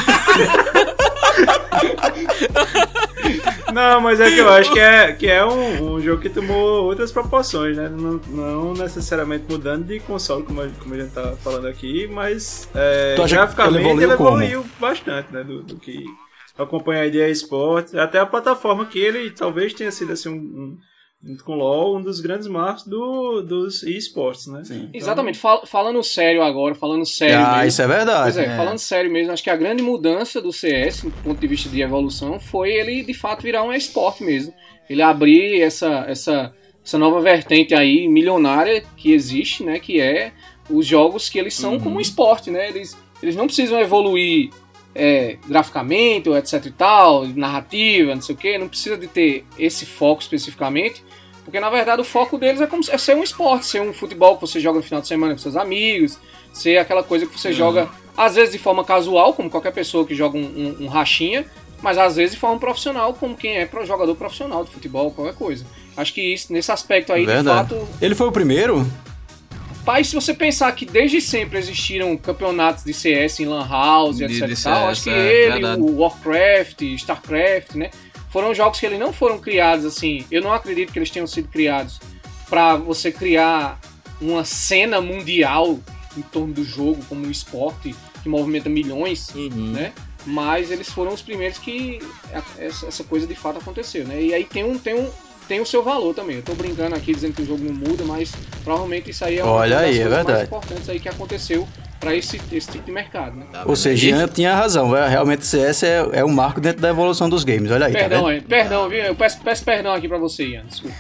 Não, mas é que eu acho que é um jogo que tomou outras proporções, né? Não necessariamente mudando de console, como a gente tá falando aqui, mas graficamente ele evoluiu bastante, né? Do que acompanha a EA Sports, até a plataforma que ele talvez tenha sido assim junto com o LoL, um dos grandes marcos dos eSports, né? Sim. Então... Exatamente, falando sério agora, mesmo. Isso é verdade. Pois falando sério mesmo, acho que a grande mudança do CS, do ponto de vista de evolução, foi ele de fato virar um eSport mesmo. Ele abrir essa nova vertente aí, milionária, que existe, né? Que é os jogos que eles são como um esporte, né? Eles não precisam evoluir graficamente, ou etc e tal, narrativa, não sei o que, não precisa de ter esse foco especificamente, porque na verdade o foco deles é ser um esporte, ser um futebol que você joga no final de semana com seus amigos, ser aquela coisa que você joga às vezes de forma casual, como qualquer pessoa que joga um rachinha, mas às vezes de forma profissional, como quem é jogador profissional de futebol, qualquer coisa. Acho que isso, nesse aspecto aí, de fato... Ele foi o primeiro? Pai, se você pensar que desde sempre existiram campeonatos de CS em Lan House, etc e tal, acho que o Warcraft, Starcraft, né, foram jogos que eles não foram criados assim, eu não acredito que eles tenham sido criados para você criar uma cena mundial em torno do jogo, como um esporte que movimenta milhões, né, mas eles foram os primeiros que essa coisa de fato aconteceu, né, e aí tem o seu valor também. Eu tô brincando aqui dizendo que o jogo não muda, mas provavelmente isso aí é uma das coisas mais importantes aí que aconteceu para esse tipo de mercado, né? Ou seja, Ian tinha razão, realmente o CS é um marco dentro da evolução dos games, olha aí. Perdão, viu? Eu peço perdão aqui para você, Ian, desculpa.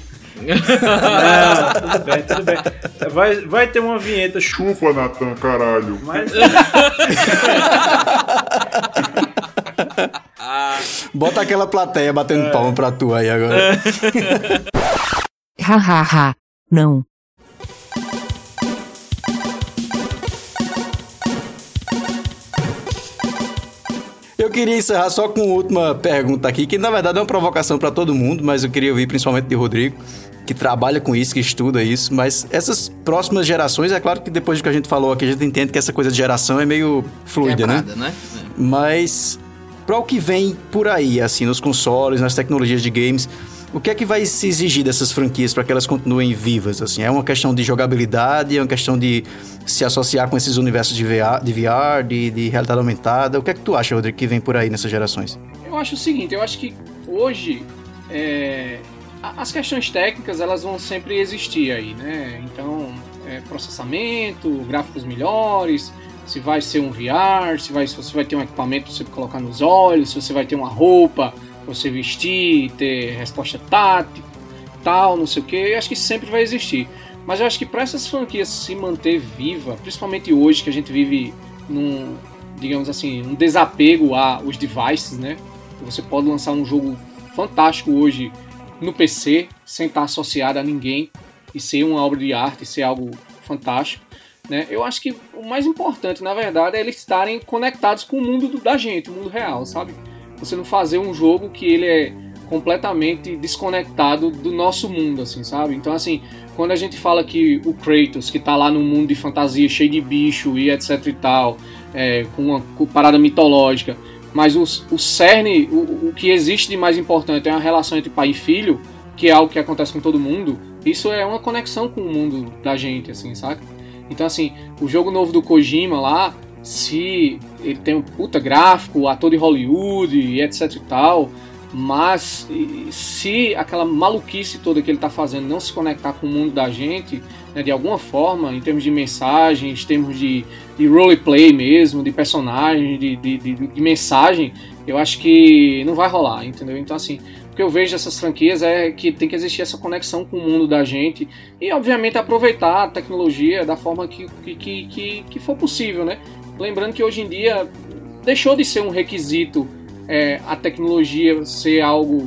Não, tudo bem. Vai ter uma vinheta. Chupa, Natan, caralho. Mas... Bota aquela plateia batendo palma pra tu aí agora. Hahaha, não. Eu queria encerrar só com uma última pergunta aqui, que na verdade é uma provocação para todo mundo, mas eu queria ouvir principalmente de Rodrigo, que trabalha com isso, que estuda isso, mas essas próximas gerações, é claro que depois do que a gente falou aqui, a gente entende que essa coisa de geração é meio fluida, né? Mas para o que vem por aí, assim, nos consoles, nas tecnologias de games, o que é que vai se exigir dessas franquias para que elas continuem vivas? Assim? É uma questão de jogabilidade, é uma questão de se associar com esses universos de VR, de realidade aumentada. O que é que tu acha, Rodrigo, que vem por aí nessas gerações? Eu acho o seguinte, eu acho que hoje as questões técnicas elas vão sempre existir aí, né? Então, processamento, gráficos melhores, se vai ser um VR, se você vai ter um equipamento para você colocar nos olhos, se você vai ter uma roupa para você vestir, ter resposta tática, tal, não sei o que, eu acho que sempre vai existir. Mas eu acho que para essas franquias se manter viva, principalmente hoje que a gente vive num, digamos assim, um desapego aos devices, né? Você pode lançar um jogo fantástico hoje no PC, sem estar associado a ninguém, e ser uma obra de arte, ser algo fantástico, né? Eu acho que o mais importante, na verdade, é eles estarem conectados com o mundo da gente, o mundo real, sabe? Você não fazer um jogo que ele é completamente desconectado do nosso mundo, assim, sabe? Então, assim, quando a gente fala que o Kratos, que tá lá num mundo de fantasia cheio de bicho e etc e tal, com uma parada mitológica, mas o cerne, o que existe de mais importante é uma relação entre pai e filho, que é algo que acontece com todo mundo, isso é uma conexão com o mundo da gente, assim, saca? Então, assim, o jogo novo do Kojima lá, se ele tem um puta gráfico, ator de Hollywood e etc e tal, mas se aquela maluquice toda que ele tá fazendo não se conectar com o mundo da gente, né, de alguma forma, em termos de mensagens, em termos de roleplay mesmo, de personagem, de mensagem, eu acho que não vai rolar, entendeu? Então, assim, o que eu vejo dessas franquias é que tem que existir essa conexão com o mundo da gente e, obviamente, aproveitar a tecnologia da forma que for possível, né? Lembrando que hoje em dia deixou de ser um requisito a tecnologia ser algo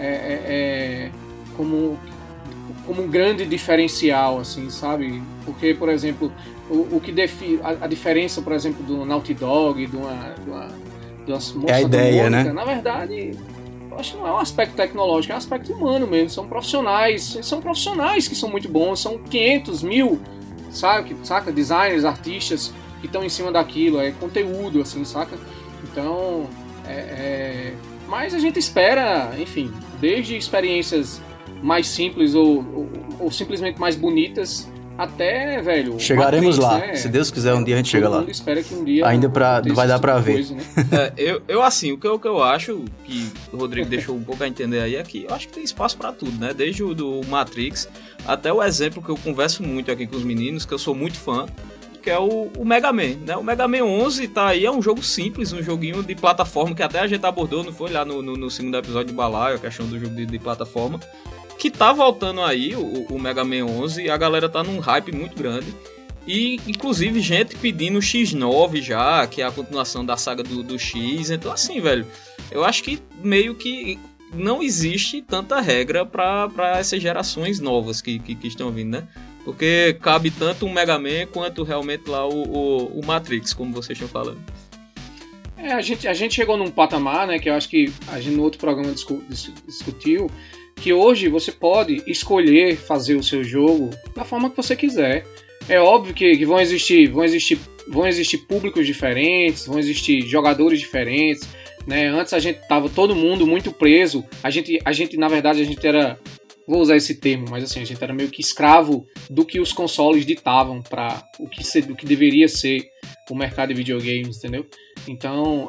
como um grande diferencial, assim, sabe? Porque, por exemplo, o que a diferença, por exemplo, do Naughty Dog, de uma moça a ideia, Mônica, né? Na verdade, eu acho que não é um aspecto tecnológico, é um aspecto humano mesmo. São profissionais que são muito bons, são 500 mil, saca? Designers, artistas que estão em cima daquilo, é conteúdo, assim, saca? Então, mas a gente espera, enfim, desde experiências mais simples ou simplesmente mais bonitas até, velho... Chegaremos Matrix, lá, né? Se Deus quiser, um dia a gente chega lá. Todo mundo espera que um dia... Ainda vai dar pra ver. Coisa, né? Assim, o que eu acho, que o Rodrigo deixou um pouco a entender aí, é que eu acho que tem espaço pra tudo, né? Desde o do Matrix, até o exemplo que eu converso muito aqui com os meninos, que eu sou muito fã, que é o Mega Man, né? O Mega Man 11 tá aí, é um jogo simples, um joguinho de plataforma, que até a gente abordou, não foi lá no segundo episódio de Balaio, a questão do jogo de plataforma, que tá voltando aí, o Mega Man 11, e a galera tá num hype muito grande, e inclusive gente pedindo o X9 já, que é a continuação da saga do X, então assim, velho, eu acho que meio que não existe tanta regra pra essas gerações novas que estão vindo, né? Porque cabe tanto um Mega Man quanto realmente lá o Matrix, como vocês estão falando. A gente chegou num patamar, né, que eu acho que a gente no outro programa discutiu, que hoje você pode escolher fazer o seu jogo da forma que você quiser. É óbvio que vão existir públicos diferentes, vão existir jogadores diferentes, né? Antes a gente tava todo mundo muito preso. A gente na verdade, a gente era... Vou usar esse termo, mas assim, a gente era meio que escravo do que os consoles ditavam para o que deveria ser o mercado de videogames, entendeu? Então,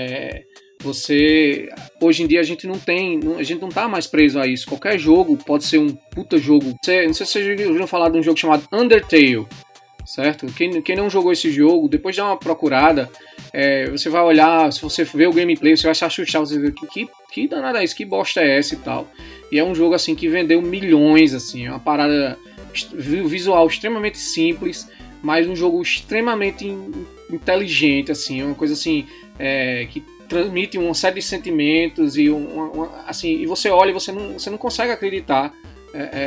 hoje em dia a gente não tá mais preso a isso. Qualquer jogo pode ser um puta jogo. Não sei se vocês já ouviram falar de um jogo chamado Undertale, certo? Quem não jogou esse jogo, depois dá uma procurada, você vai olhar, se você ver o gameplay, você vai se assustar, você vai ver que danada é isso, que bosta é essa e tal. E é um jogo assim que vendeu milhões, assim, é uma parada visual extremamente simples, mas um jogo extremamente inteligente, assim, é uma coisa assim que transmite uma série de sentimentos e assim, e você olha e você não consegue acreditar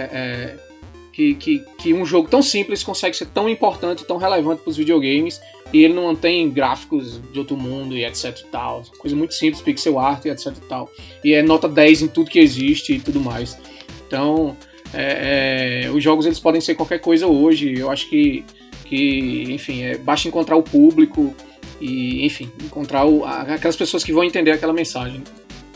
que um jogo tão simples consegue ser tão importante, tão relevante para os videogames e ele não mantém gráficos de outro mundo e etc e tal. Coisa muito simples, pixel art e etc e tal. E é nota 10 em tudo que existe e tudo mais. Então, os jogos eles podem ser qualquer coisa hoje. Eu acho que enfim, basta encontrar o público e, enfim, encontrar aquelas pessoas que vão entender aquela mensagem.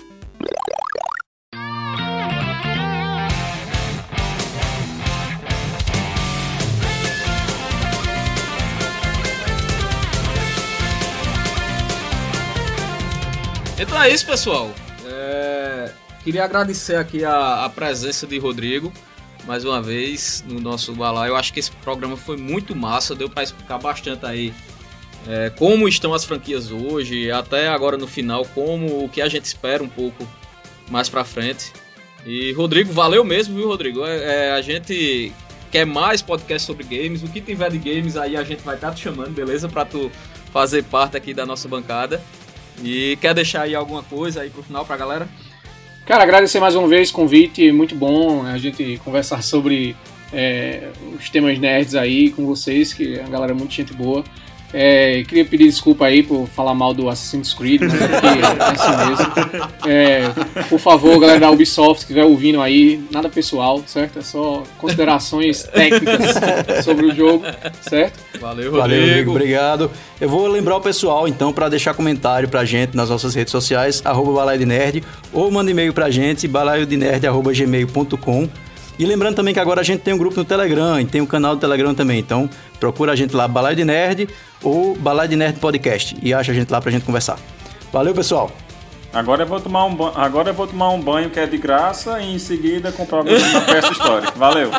Então é isso, pessoal. Queria agradecer aqui a presença de Rodrigo mais uma vez no nosso balaio. Eu acho que esse programa foi muito massa, deu para explicar bastante aí como estão as franquias hoje, até agora no final, o que a gente espera um pouco mais pra frente. E Rodrigo, valeu mesmo, viu, Rodrigo? A gente quer mais podcast sobre games, o que tiver de games aí a gente vai estar te chamando, beleza? Pra tu fazer parte aqui da nossa bancada. E quer deixar aí alguma coisa aí pro final pra galera? Cara, agradecer mais uma vez o convite, muito bom a gente conversar sobre os temas nerds aí com vocês, que a galera é muito gente boa. Queria pedir desculpa aí por falar mal do Assassin's Creed, mas porque é assim mesmo. Por favor, galera da Ubisoft que estiver ouvindo aí, nada pessoal, certo? É só considerações técnicas sobre o jogo, certo? Valeu, Rodrigo. Valeu, Rodrigo, obrigado. Eu vou lembrar o pessoal, então, para deixar comentário pra gente nas nossas redes sociais, @balaiodnerd, ou manda e-mail pra gente, balaiodnerd@gmail.com. E lembrando também que agora a gente tem um grupo no Telegram, e tem um canal do Telegram também, então procura a gente lá, Balaio de Nerd ou Balaio de Nerd Podcast, e acha a gente lá pra gente conversar. Valeu, pessoal! Agora eu vou tomar um banho que é de graça e em seguida comprar alguma coisa pra essa história. Valeu!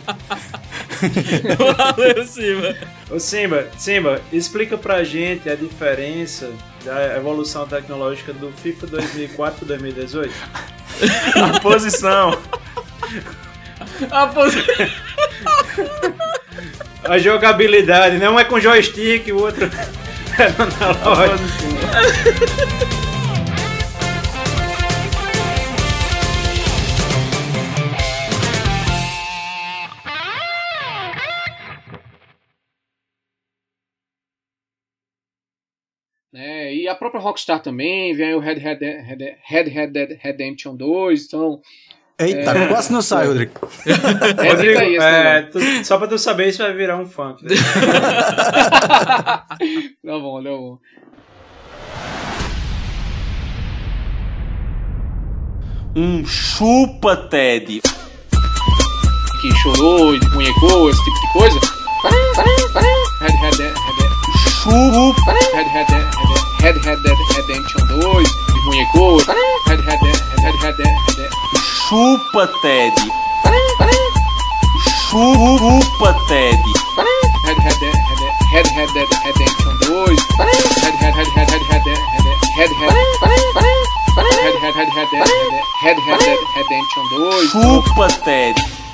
Valeu, Simba! Ô Simba, explica pra gente a diferença da evolução tecnológica do FIFA 2004 para 2018. A posição. A jogabilidade, não é com joystick, o outro é na loja. E a própria Rockstar também, vem aí o Red Dead Redemption 2, então... Eita, quase não sai, Rodrigo. Rodrigo, só pra tu saber, isso vai virar um funk. Né? Tá bom. Um chupa, Ted. Que chorou, munhecou, esse tipo de coisa. Red Dead Redemption 2, munhecou, Chupa, Ted. Chupa, Ted. Red Dead Redemption 2. Red Dead Redemption 2. Chupa, Ted.